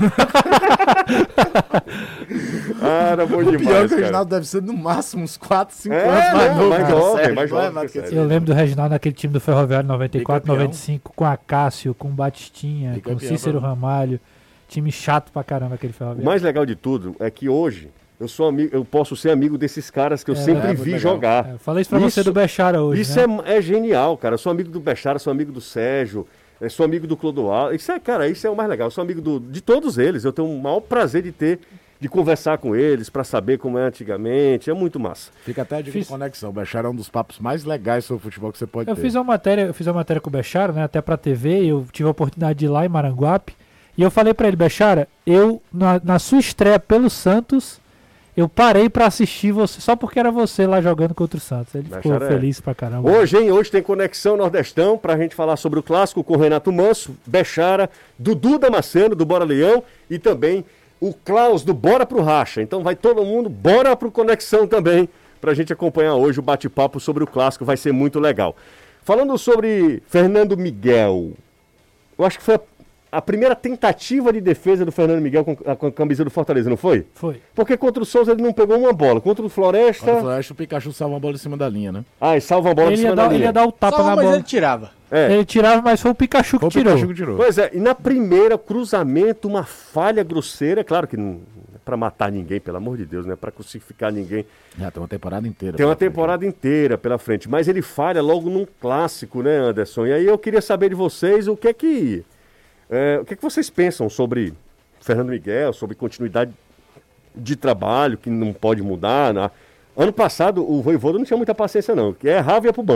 Era bom demais, pior que o Reginaldo deve ser no máximo uns 4, 5 anos mais novo. Eu lembro do Reginaldo naquele time do Ferroviário 94, 95, com a Cássio, com o Batistinha, com o Cícero Ramalho. Time chato pra caramba aquele Ferroviário. O mais legal de tudo é que hoje eu posso ser amigo desses caras que eu sempre vi jogar. Falei isso pra você do Bechara hoje. Isso, né? É genial, cara. Eu sou amigo do Bechara, sou amigo do Sérgio, sou amigo do Clodoaldo. Isso é o mais legal. Eu sou amigo de todos eles. Eu tenho o maior prazer de conversar com eles, pra saber como é antigamente. É muito massa. Fica até a dica de conexão. O Bechara é um dos papos mais legais sobre futebol que você pode ter. Eu fiz uma matéria com o Bechara, né? Até pra TV. Eu tive a oportunidade de ir lá em Maranguape. E eu falei pra ele, Bechara, na sua estreia pelo Santos, eu parei pra assistir você, só porque era você lá jogando contra o Santos. Ele ficou feliz pra caramba. Hoje tem Conexão Nordestão pra gente falar sobre o clássico com o Renato Manso, Bechara, Dudu Damasceno, do Bora Leão, e também o Klaus, do Bora Pro Racha. Então vai todo mundo, bora pro Conexão também, pra gente acompanhar hoje o bate-papo sobre o clássico, vai ser muito legal. Falando sobre Fernando Miguel, eu acho que foi a primeira tentativa de defesa do Fernando Miguel com a camisa do Fortaleza, não foi? Foi. Porque contra o Souza ele não pegou uma bola. Contra o Floresta... Contra o Floresta, o Pikachu salva uma bola em cima da linha, né? E salva a bola em cima da linha. Ele ia dar o tapa na bola. Mas ele tirava. Ele tirava, mas foi o Pikachu que tirou. Pois é, e na primeira, cruzamento, uma falha grosseira. Claro que não é pra matar ninguém, pelo amor de Deus, não é pra crucificar ninguém. Tem uma temporada inteira. Tem uma temporada inteira pela frente. Mas ele falha logo num clássico, né, Anderson? E aí eu queria saber de vocês o que é que vocês pensam sobre Fernando Miguel, sobre continuidade de trabalho, que não pode mudar, né? Ano passado o Voivoda não tinha muita paciência não, que errava e ia pro banco.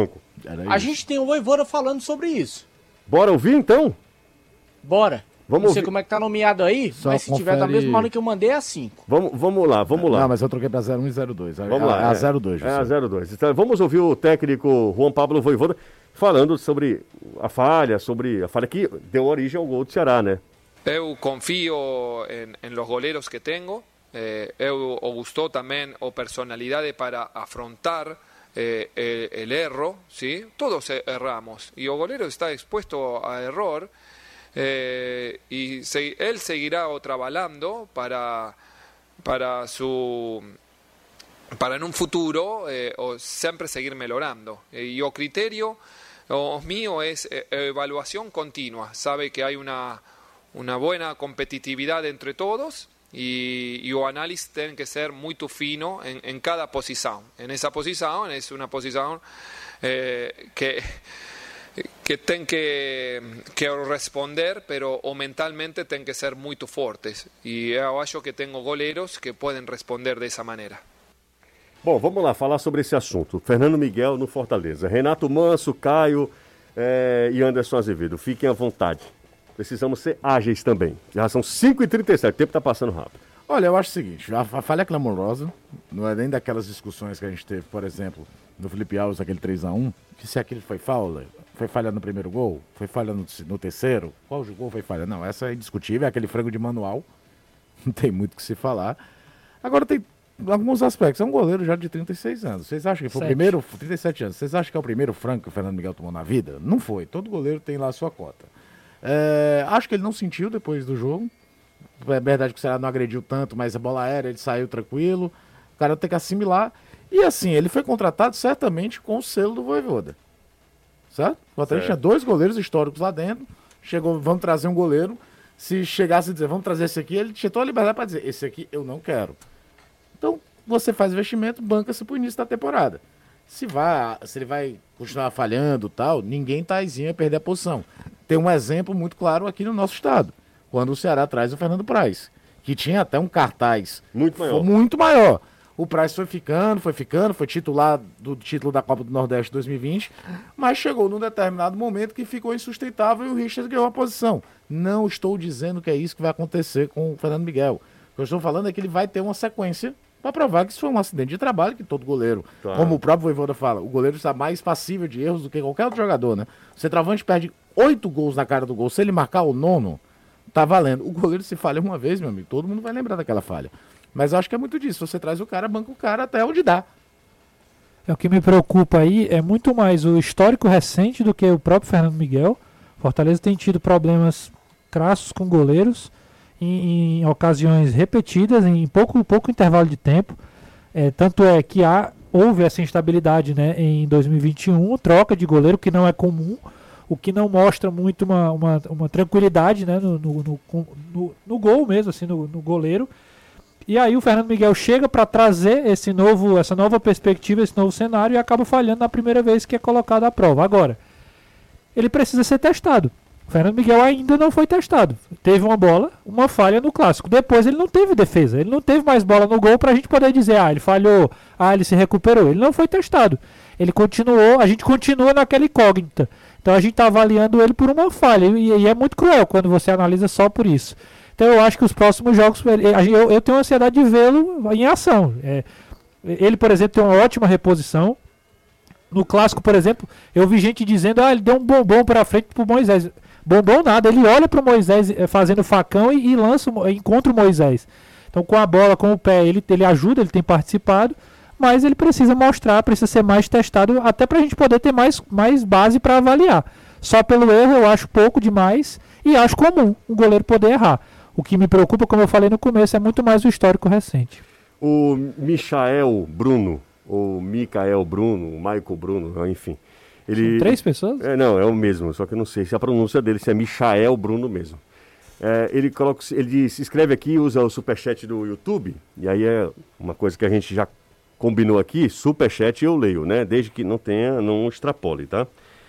A gente tem o Vojvoda falando sobre isso. Bora ouvir, então? Bora. Vamos não sei ouvir. como é que tá nomeado aí, Só mas se confere... tiver da mesma hora que eu mandei, é a 5. Vamos lá. Não, mas eu troquei pra 01 e 02. Vamos lá. É a 02. É a 02. Então, vamos ouvir o técnico Juan Pablo Vojvoda falando sobre a falha que deu origem ao gol do Ceará, né? Eu confío en los goleros que tengo. Eu gustou também a personalidade para afrontar el erro, ¿sí? Todos erramos y el golero está expuesto a error y él seguirá trabalhando para en un futuro o siempre seguir mejorando. Y el criterio mío es evaluación continua. Sabe que hay una buena competitividad entre todos. Y el análisis tiene que ser muy fino en cada posición. En esa posición es una posición que tienen que responder, pero mentalmente tienen que ser muy fuertes. Y yo acho que tengo goleiros que pueden responder de esa manera. Bom, vamos lá falar sobre esse assunto. Fernando Miguel no Fortaleza. Renato Manso, Caio e Anderson Azevedo. Fiquem à vontade. Precisamos ser ágeis também. Já são 5h37, o tempo está passando rápido. Olha, eu acho o seguinte, a falha é clamorosa, não é nem daquelas discussões que a gente teve, por exemplo, no Felipe Alves, aquele 3-1, que se aquilo foi falha no primeiro gol, foi falha no terceiro, qual gol foi falha? Não, essa é indiscutível, é aquele frango de manual, não tem muito o que se falar. Agora tem alguns aspectos, é um goleiro já de 36 anos, vocês acham que foi o primeiro, 37 anos, vocês acham que é o primeiro frango que o Fernando Miguel tomou na vida? Não foi, todo goleiro tem lá a sua cota. Acho que ele não sentiu depois do jogo. É verdade que o Ceará não agrediu tanto, mas a bola aérea ele saiu tranquilo. O cara tem que assimilar. E assim, ele foi contratado certamente com o selo do Vojvoda. Certo? O Atlético tinha 2 goleiros históricos lá dentro. Chegou, vamos trazer um goleiro. Se chegasse a dizer, vamos trazer esse aqui, ele tinha toda a liberdade para dizer, esse aqui eu não quero. Então, você faz investimento, banca-se pro início da temporada. Se ele vai continuar falhando e tal, ninguém tá izinho a perder a posição. Tem um exemplo muito claro aqui no nosso estado, quando o Ceará traz o Fernando Praz, que tinha até um cartaz muito maior. O Praz foi ficando, foi titular do título da Copa do Nordeste 2020, mas chegou num determinado momento que ficou insustentável e o Richard ganhou a posição. Não estou dizendo que é isso que vai acontecer com o Fernando Miguel. O que eu estou falando é que ele vai ter uma sequência para provar que isso foi um acidente de trabalho, que todo goleiro, como o próprio Vojvoda fala, o goleiro está mais passível de erros do que qualquer outro jogador, né? O centroavante perde 8 gols na cara do gol, se ele marcar o 9º, tá valendo. O goleiro se falha uma vez, meu amigo, todo mundo vai lembrar daquela falha. Mas eu acho que é muito disso, você traz o cara, banca o cara até onde dá. O que me preocupa aí é muito mais o histórico recente do que o próprio Fernando Miguel. Fortaleza tem tido problemas crassos com goleiros, em ocasiões repetidas, em pouco intervalo de tempo. Tanto é que houve essa instabilidade, né, em 2021, troca de goleiro, que não é comum, o que não mostra muito uma tranquilidade, né, no gol mesmo, assim, no goleiro. E aí o Fernando Miguel chega para trazer essa nova perspectiva, esse novo cenário, e acaba falhando na primeira vez que é colocado à prova. Agora, ele precisa ser testado. O Fernando Miguel ainda não foi testado. Teve uma falha no Clássico. Depois ele não teve defesa. Ele não teve mais bola no gol pra gente poder dizer, ele falhou, ele se recuperou. Ele não foi testado. A gente continua naquela incógnita. Então a gente tá avaliando ele por uma falha. E é muito cruel quando você analisa só por isso. Então eu acho que os próximos jogos, eu tenho ansiedade de vê-lo em ação. Ele, por exemplo, tem uma ótima reposição. No Clássico, por exemplo, eu vi gente dizendo, ele deu um bombom pra frente pro Moisés. Bombom nada, ele olha pro Moisés fazendo facão e encontra o Moisés. Então com a bola, com o pé, ele ajuda, ele tem participado, mas ele precisa mostrar, precisa ser mais testado, até pra gente poder ter mais base para avaliar. Só pelo erro eu acho pouco demais e acho comum um goleiro poder errar. O que me preocupa, como eu falei no começo, é muito mais o histórico recente. O Michael Bruno, ou Michael Bruno, o Michael Bruno, enfim. São 3 pessoas? Não, é o mesmo, só que eu não sei se a pronúncia dele se é Michael Bruno mesmo. Ele escreve aqui, usa o superchat do YouTube, e aí é uma coisa que a gente já combinou aqui, superchat eu leio, né? Desde que não extrapole, tá?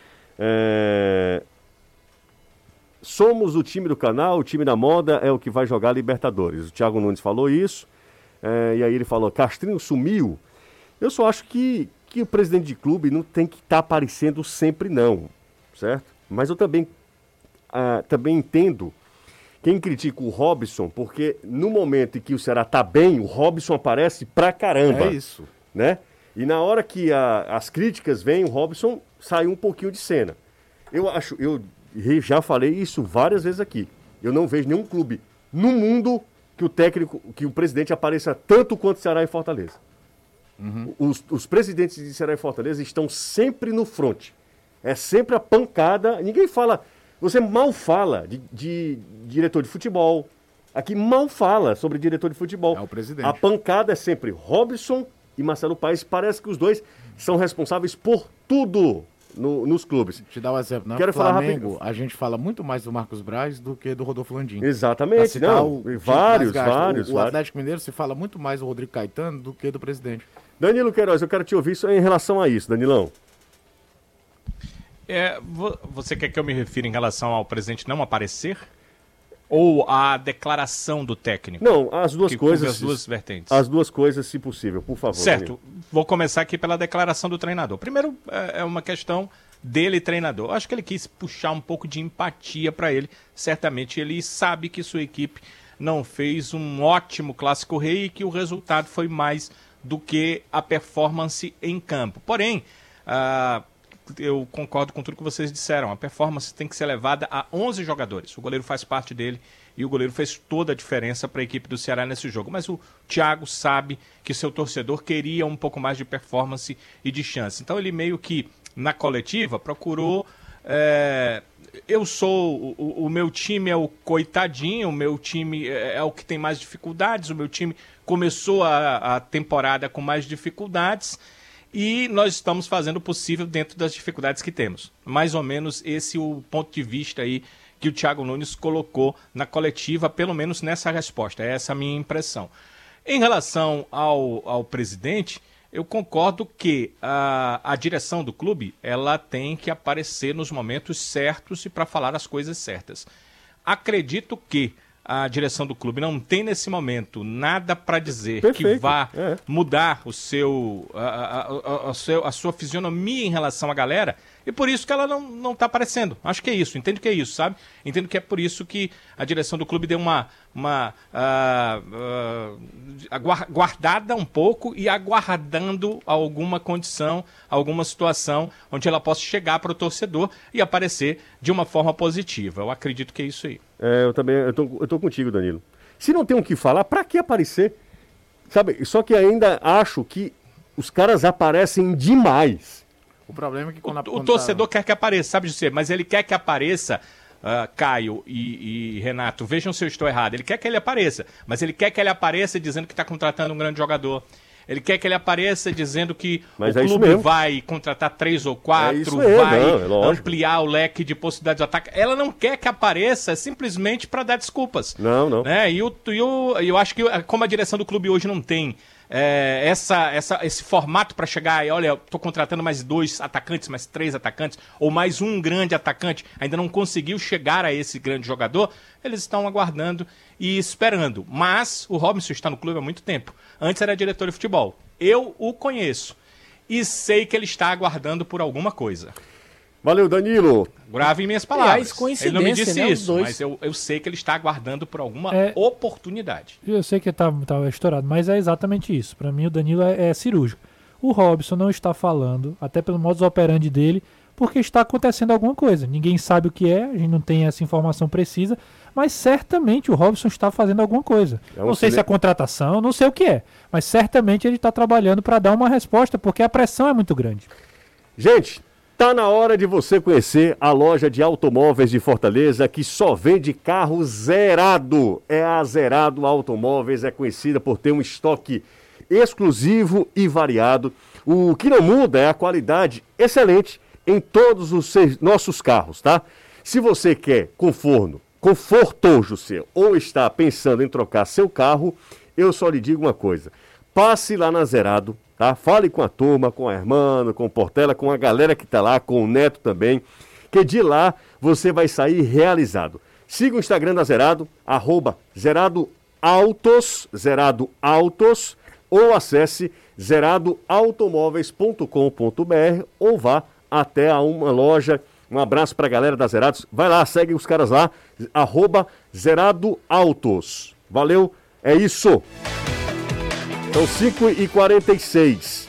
Somos o time do canal, o time da moda é o que vai jogar Libertadores. O Thiago Nunes falou isso, e aí ele falou, Castrinho sumiu. Eu só acho que que o presidente de clube não tem que estar aparecendo sempre não, certo? Mas eu também entendo quem critica o Robson, porque no momento em que o Ceará tá bem, o Robson aparece pra caramba. É isso. Né? E na hora que as críticas vêm, o Robson sai um pouquinho de cena. Eu já falei isso várias vezes aqui. Eu não vejo nenhum clube no mundo que o presidente apareça tanto quanto Ceará e Fortaleza. Os presidentes de Ceará e Fortaleza estão sempre no front. É sempre a pancada. Ninguém fala. Você mal fala de diretor de futebol. Aqui mal fala sobre diretor de futebol. É o presidente. A pancada é sempre Robson e Marcelo Paes. Parece que os dois são responsáveis por tudo nos clubes. Te dar um exemplo. No Flamengo, a gente fala muito mais do Marcos Braz do que do Rodolfo Landim. Exatamente. Não, vários. O Atlético Mineiro se fala muito mais do Rodrigo Caetano do que do presidente. Danilo Queiroz, eu quero te ouvir em relação a isso, Danilão. Você quer que eu me refira em relação ao presidente não aparecer? Ou à declaração do técnico? Não, as duas coisas. As duas vertentes. As duas coisas, se possível, por favor. Certo. Danilo. Vou começar aqui pela declaração do treinador. Primeiro, é uma questão dele, treinador. Acho que ele quis puxar um pouco de empatia para ele. Certamente ele sabe que sua equipe não fez um ótimo Clássico Rei e que o resultado foi mais do que a performance em campo. Porém, eu concordo com tudo que vocês disseram. A performance tem que ser levada a 11 jogadores. O goleiro faz parte dele e o goleiro fez toda a diferença para a equipe do Ceará nesse jogo. Mas o Thiago sabe que seu torcedor queria um pouco mais de performance e de chance. Então ele meio que, na coletiva, procurou... o meu time é o coitadinho, o meu time é o que tem mais dificuldades, o meu time começou a temporada com mais dificuldades e nós estamos fazendo o possível dentro das dificuldades que temos. Mais ou menos esse é o ponto de vista aí que o Thiago Nunes colocou na coletiva, pelo menos nessa resposta. É essa a minha impressão. Em relação ao presidente, eu concordo que a direção do clube ela tem que aparecer nos momentos certos e para falar as coisas certas. Acredito que a direção do clube não tem nesse momento nada para dizer que vá mudar a sua fisionomia em relação à galera, e por isso que ela não está aparecendo. Acho que é isso, entendo que é isso, sabe? Entendo que é por isso que a direção do clube deu uma guardada um pouco e aguardando alguma condição, alguma situação onde ela possa chegar para o torcedor e aparecer de uma forma positiva. Eu acredito que é isso aí. Eu também, eu tô contigo, Danilo. Se não tem o que falar, pra que aparecer? Sabe, só que ainda acho que os caras aparecem demais. O problema é que quando o torcedor quer que apareça, sabe, José? Mas ele quer que apareça, Caio e Renato, vejam se eu estou errado. Ele quer que ele apareça, mas ele quer que ele apareça dizendo que está contratando um grande jogador. Ele quer que ele apareça dizendo que o clube vai contratar 3 ou 4, vai ampliar o leque de possibilidades de ataque. Ela não quer que apareça simplesmente para dar desculpas. Não. Né? E eu acho que, como a direção do clube hoje não tem esse formato para chegar e, olha, estou contratando mais 2 atacantes, mais 3 atacantes, ou mais um grande atacante, ainda não conseguiu chegar a esse grande jogador, eles estão aguardando e esperando. Mas o Robson está no clube há muito tempo. Antes era diretor de futebol. Eu o conheço e sei que ele está aguardando por alguma coisa. Valeu, Danilo. Grave minhas palavras. Coincidência, ele não me disse né, isso, mas eu sei que ele está aguardando por alguma oportunidade. Eu sei que tá estourado, mas é exatamente isso. Para mim, o Danilo é cirúrgico. O Robson não está falando, até pelo modus operandi dele, porque está acontecendo alguma coisa. Ninguém sabe o que é, a gente não tem essa informação precisa, mas certamente o Robson está fazendo alguma coisa. Não sei se é contratação, não sei o que é, mas certamente ele está trabalhando para dar uma resposta, porque a pressão é muito grande. Gente, tá na hora de você conhecer a loja de automóveis de Fortaleza, que só vende carro zerado. É a Zerado Automóveis, é conhecida por ter um estoque exclusivo e variado. O que não muda é a qualidade excelente em todos os nossos carros, tá? Se você quer confortoso seu, ou está pensando em trocar seu carro, eu só lhe digo uma coisa. Passe lá na Zerado, tá? Fale com a turma, com a Hermano, com o Portela, com a galera que tá lá, com o Neto também, que de lá você vai sair realizado. Siga o Instagram da Zerado, @ZeradoAutos, ou acesse zeradoautomóveis.com.br ou vá até a uma loja. Um abraço para a galera da Zerados. Vai lá, segue os caras lá, @ZeradoAutos. Valeu, é isso. São 5h46.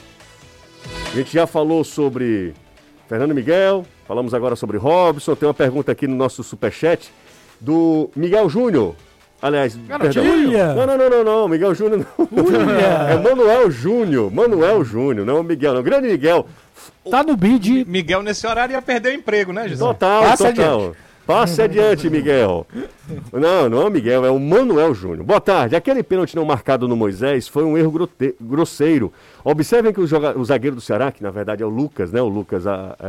A gente já falou sobre Fernando Miguel, falamos agora sobre Robson. Tem uma pergunta aqui no nosso superchat do Miguel Júnior. Aliás, perdão. Não, Miguel Júnior não. É Manuel Júnior, não Miguel, não. Grande Miguel. Tá no bid. Miguel, nesse horário, ia perder o emprego, né, José? Total. Passe adiante, Miguel. Não é o Miguel, é o Manuel Júnior. Boa tarde. Aquele pênalti não marcado no Moisés foi um erro grosseiro. Observem que o zagueiro do Ceará, que na verdade é o Lucas, né? O Lucas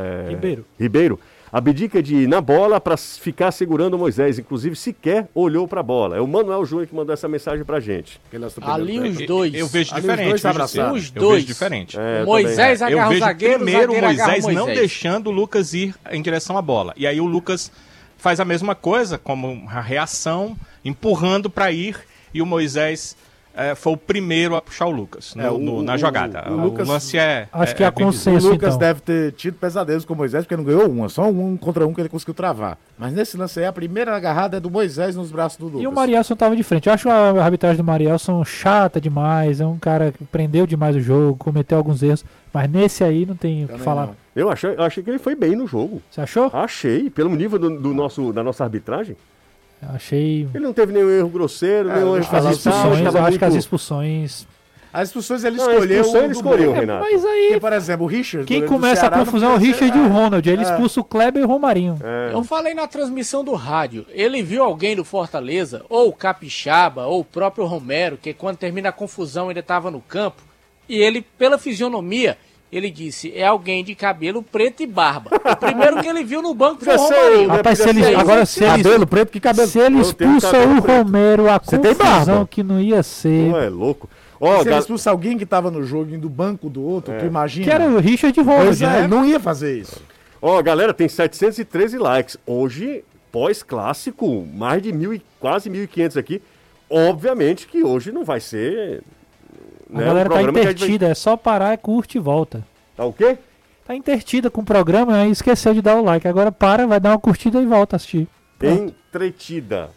Ribeiro, abdica de ir na bola para ficar segurando o Moisés. Inclusive, sequer olhou para a bola. É o Manuel Júnior que mandou essa mensagem pra gente. Ali os dois. Eu vejo diferente. Os dois. Eu vejo diferente. Moisés agarra o zagueiro, primeiro o Moisés não deixando o Lucas ir em direção à bola. E aí o Lucas faz a mesma coisa, como uma reação, empurrando para ir, e o Moisés foi o primeiro a puxar o Lucas na jogada. O lance acho que é a consenso, o Lucas então deve ter tido pesadelos com o Moisés, porque não ganhou uma, só um contra um que ele conseguiu travar. Mas nesse lance aí, a primeira agarrada é do Moisés nos braços do Lucas. E o Marielson tava de frente. Eu acho a arbitragem do Marielson chata demais, é um cara que prendeu demais o jogo, cometeu alguns erros, mas nesse aí não tem o que falar. Não. Eu achei que ele foi bem no jogo. Você achou? Achei, pelo nível da nossa arbitragem. Eu achei. Ele não teve nenhum erro grosseiro, nenhum erro As expulsões, eu acho que as expulsões. As expulsões ele escolheu, Renato. Mas aí, porque, por exemplo, o Richard. quem começa a confusão é o Richard e o Ronald. Ele expulsa o Kleber e o Romarinho. Eu falei na transmissão do rádio. Ele viu alguém do Fortaleza, ou o Capixaba, ou o próprio Romero, que quando termina a confusão ele estava no campo, e ele, pela fisionomia, ele disse, é alguém de cabelo preto e barba. O primeiro que ele viu no banco foi o Romarinho. Rapaz, se ele cabelo preto, que cabelo. Se ele expulsa o Romero, a confusão que não ia ser. Não é louco. Se ele expulsa alguém que estava no jogo do banco do outro, tu imagina? Que era o Richard e Ronald, né? Não ia fazer isso. Galera, tem 713 likes. Hoje, pós-clássico, mais de quase 1.500 aqui. Obviamente que hoje não vai ser... A galera tá intertida, é só parar, curte e volta. Tá o quê? Tá intertida com o programa, aí esqueceu de dar o like. Agora para, vai dar uma curtida e volta a assistir. Pronto. Entretida.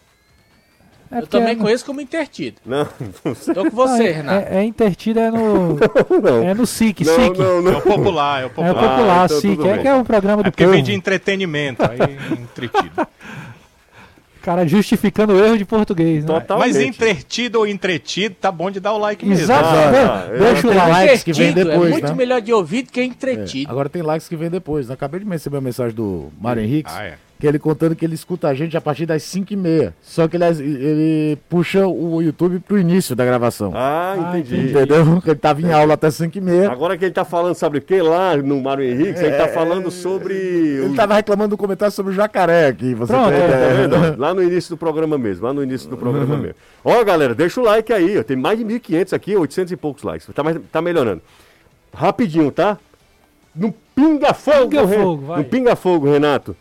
Eu também conheço como intertido. Não sei. Tô com você, Renato. Intertido é no... Não. É no SIC, Não. É o popular, É o popular, então SIC. Que é um programa do porque povo. vem de entretenimento, aí entretido. Cara justificando o erro de português, né? Totalmente. Mas entretido ou entretido, tá bom de dar o like mesmo. Exato. Deixa o likes que vem depois, é muito melhor de ouvir do que entretido. Agora tem likes que vem depois. Acabei de receber uma mensagem do Mário Henriques, é. que ele contando que ele escuta a gente a partir das 5h30. Só que ele puxa o YouTube pro início da gravação. Entendi. Entendeu? Ele tava em aula até 5h30. Agora que ele tá falando, sabe o que? Lá no Mário Henriques, ele tá falando sobre... Ele tava reclamando do comentário sobre o jacaré aqui. Você Pronto, tem ideia. Tá vendo? Lá no início do programa mesmo. Mesmo. Galera, deixa o like aí. Tem mais de 1.500 aqui, 800 e poucos likes. Tá melhorando. Rapidinho, tá? No pinga-fogo, Renato.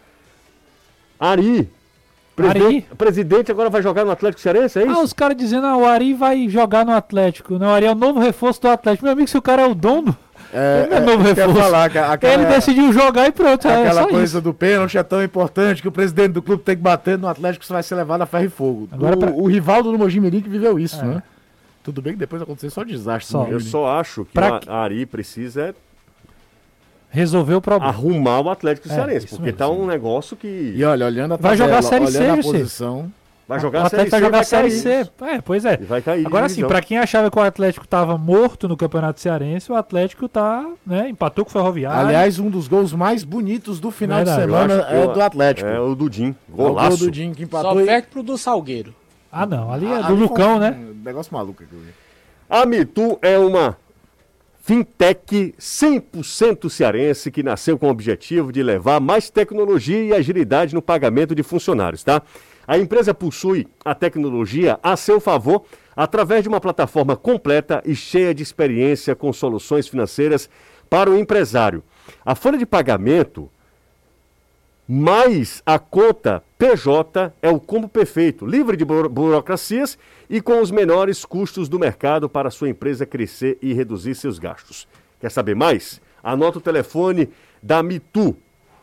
Ari. Presidente agora vai jogar no Atlético Cearense, é isso? Os caras dizendo, o Ari vai jogar no Atlético. Não, o Ari é o novo reforço do Atlético. Meu amigo, se o cara é o dono... Ele é novo reforço. Falar, ele decidiu jogar e pronto. Aquela coisa do pênalti é tão importante que o presidente do clube tem que bater no Atlético, você vai ser levado a ferro e fogo. Agora, o Rivaldo do Mojimirim que viveu isso, né? Tudo bem que depois aconteceu só desastre. Eu só acho que o Ari precisa resolver o problema. Arrumar o Atlético Cearense, porque mesmo, tá um negócio que... E olha, olhando a vai jogar a Série C, a posição... Vai jogar o Atlético vai jogar a Série C. Pois é. E vai cair. Agora sim, pra quem achava que o Atlético tava morto no Campeonato Cearense, o Atlético tá, empatou com o Ferroviário. Aliás, um dos gols mais bonitos do final de semana é do Atlético. É o Dudinho. Golaço. O Dudinho que empatou. Só perto pro do Salgueiro. Não, ali é do Lucão, né? Negócio maluco aqui. A Mitu é uma fintech 100% cearense que nasceu com o objetivo de levar mais tecnologia e agilidade no pagamento de funcionários, tá? A empresa possui a tecnologia a seu favor através de uma plataforma completa e cheia de experiência com soluções financeiras para o empresário. A folha de pagamento mais a conta PJ é o combo perfeito, livre de burocracias e com os menores custos do mercado para sua empresa crescer e reduzir seus gastos. Quer saber mais? Anota o telefone da Mitu.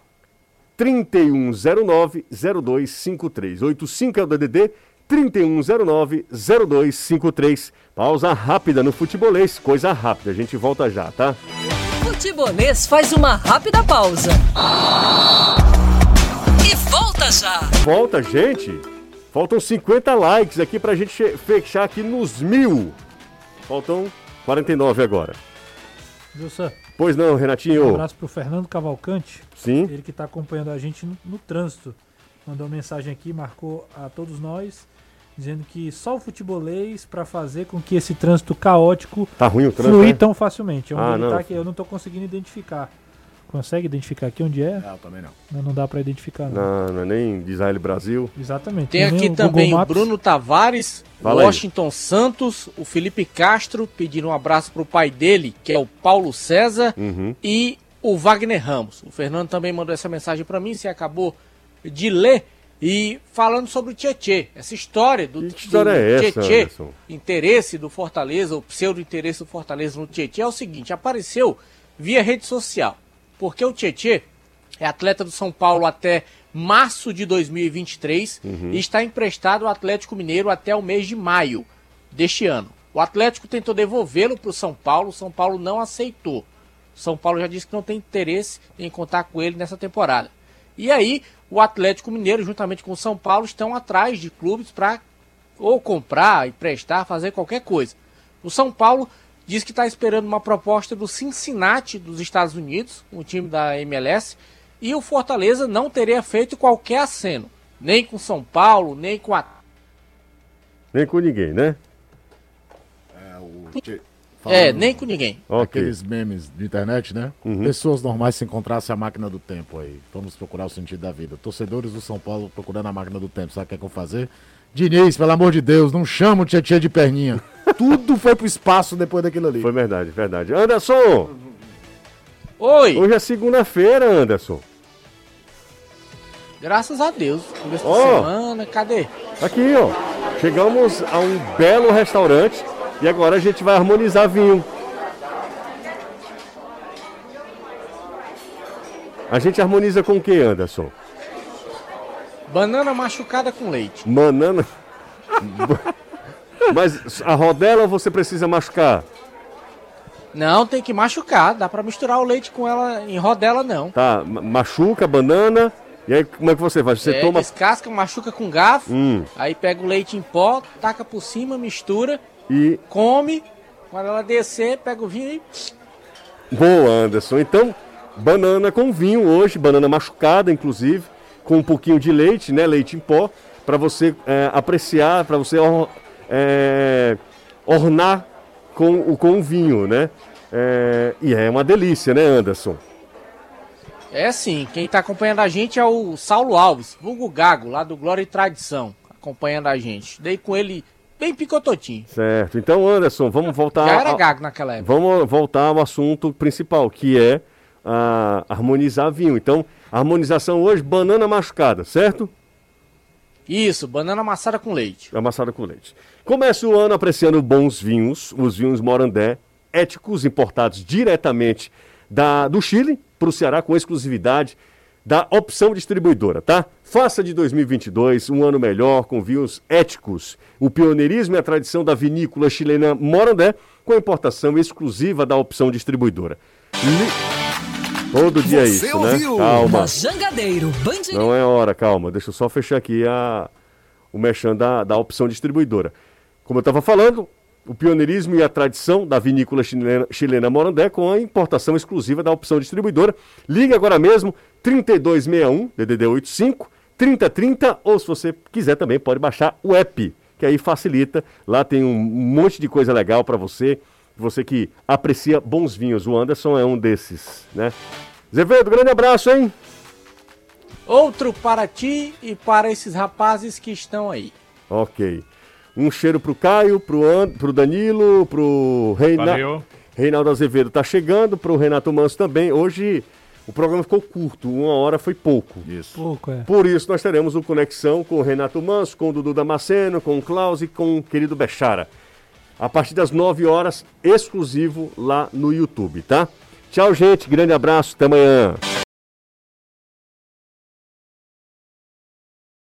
3109-0253. 85 é o DDD, 3109-0253. Pausa rápida no Futebolês, coisa rápida. A gente volta já, tá? Futebolês faz uma rápida pausa. E volta já. Volta, gente. Faltam 50 likes aqui pra gente fechar aqui nos 1000. Faltam 49 agora. Wilson, Pois não, Renatinho. um abraço pro Fernando Cavalcante. Sim. Ele que está acompanhando a gente no trânsito. Mandou uma mensagem aqui, marcou a todos nós, dizendo que só o Futebolês para fazer com que esse trânsito caótico Tá ruim o trânsito, fluir né? tão facilmente. Onde ele não. tá aqui, eu não estou conseguindo identificar. Consegue identificar aqui onde é? Não, também não. Não dá para identificar, não. Não é nem de Israel e Brasil. Exatamente. Tem aqui o também Google o Maps. Bruno Tavares, Fala aí. Washington Santos, o Felipe Castro, pedindo um abraço pro pai dele, que é o Paulo César, e o Wagner Ramos. O Fernando também mandou essa mensagem para mim, você acabou de ler, e falando sobre o Tietê, essa história do Que história é essa, Tietê, Anderson? interesse do Fortaleza, o pseudo-interesse do Fortaleza no Tietê, é o seguinte, apareceu via rede social, porque o Tietê é atleta do São Paulo até março de 2023 e está emprestado ao Atlético Mineiro até o mês de maio deste ano. O Atlético tentou devolvê-lo para o São Paulo não aceitou. O São Paulo já disse que não tem interesse em contar com ele nessa temporada. E aí, o Atlético Mineiro, juntamente com o São Paulo, estão atrás de clubes para ou comprar, emprestar, fazer qualquer coisa. O São Paulo diz que está esperando uma proposta do Cincinnati dos Estados Unidos, um time da MLS, e o Fortaleza não teria feito qualquer aceno, nem com São Paulo, nem com a... Nem com ninguém, né? nem com ninguém. Ok. Aqueles memes de internet, né? Pessoas normais se encontrassem a máquina do tempo aí. Vamos procurar o sentido da vida. Torcedores do São Paulo procurando a máquina do tempo. Sabe o que é que eu vou fazer? Diniz, pelo amor de Deus, não chama o Tietê de perninha. Tudo foi pro espaço depois daquilo ali. Foi verdade, verdade. Anderson, Oi, hoje é segunda-feira, Anderson. graças a Deus. Começo de Ó. semana, cadê? Aqui, ó. Chegamos a um belo restaurante e agora a gente vai harmonizar vinho. A gente harmoniza com o que, Anderson? Banana machucada com leite. Banana. Mas a rodela você precisa machucar? Não, tem que machucar. Dá pra misturar o leite com ela em rodela, não. Tá, machuca a banana. E aí como é que você faz? Você toma. Descasca, machuca com garfo. Aí pega o leite em pó, taca por cima, mistura, E. come. Quando ela descer, pega o vinho e... Boa, Anderson. Então, banana com vinho hoje, banana machucada, inclusive, com um pouquinho de leite, né? Leite em pó, para você apreciar, para você ornar com o vinho, né? E é uma delícia, né, Anderson? É sim, quem tá acompanhando a gente é o Saulo Alves, vulgo Gago, lá do Glória e Tradição, acompanhando a gente. Dei com ele bem picototinho. Certo. Então, Anderson, vamos voltar... Já era gago naquela época. Vamos voltar ao assunto principal, que é harmonizar vinho. Então, a harmonização hoje, banana machucada, certo? Isso, banana amassada com leite. Amassada com leite. Começa o ano apreciando bons vinhos, os vinhos Morandé, éticos, importados diretamente do Chile para o Ceará, com exclusividade da Opção Distribuidora, tá? Faça de 2022 um ano melhor com vinhos éticos. O pioneirismo e a tradição da vinícola chilena Morandé, com a importação exclusiva da Opção Distribuidora. Todo dia é Você isso, ouviu? né? Calma. Na Jangadeiro, Band Não é hora, calma. Deixa eu só fechar aqui o merchan da Opção Distribuidora. Como eu estava falando, o pioneirismo e a tradição da vinícola chilena Morandé com a importação exclusiva da Opção Distribuidora. Ligue agora mesmo, 3261, DDD 85, 3030, ou se você quiser também pode baixar o app, que aí facilita. Lá tem um monte de coisa legal para você que aprecia bons vinhos. O Anderson é um desses, né? Zevedo, grande abraço, hein? Outro para ti e para esses rapazes que estão aí. Ok. Um cheiro pro Caio, pro Danilo, pro Valeu. Reinaldo Azevedo tá chegando, pro Renato Manso também. Hoje O programa ficou curto, 1 hora foi pouco. Isso. Pouco, é. Por isso nós teremos o Conexão com o Renato Manso, com o Dudu Damasceno, com o Klaus e com o querido Bechara. A partir das 9 horas, exclusivo lá no YouTube, tá? Tchau, gente. Grande abraço. Até amanhã.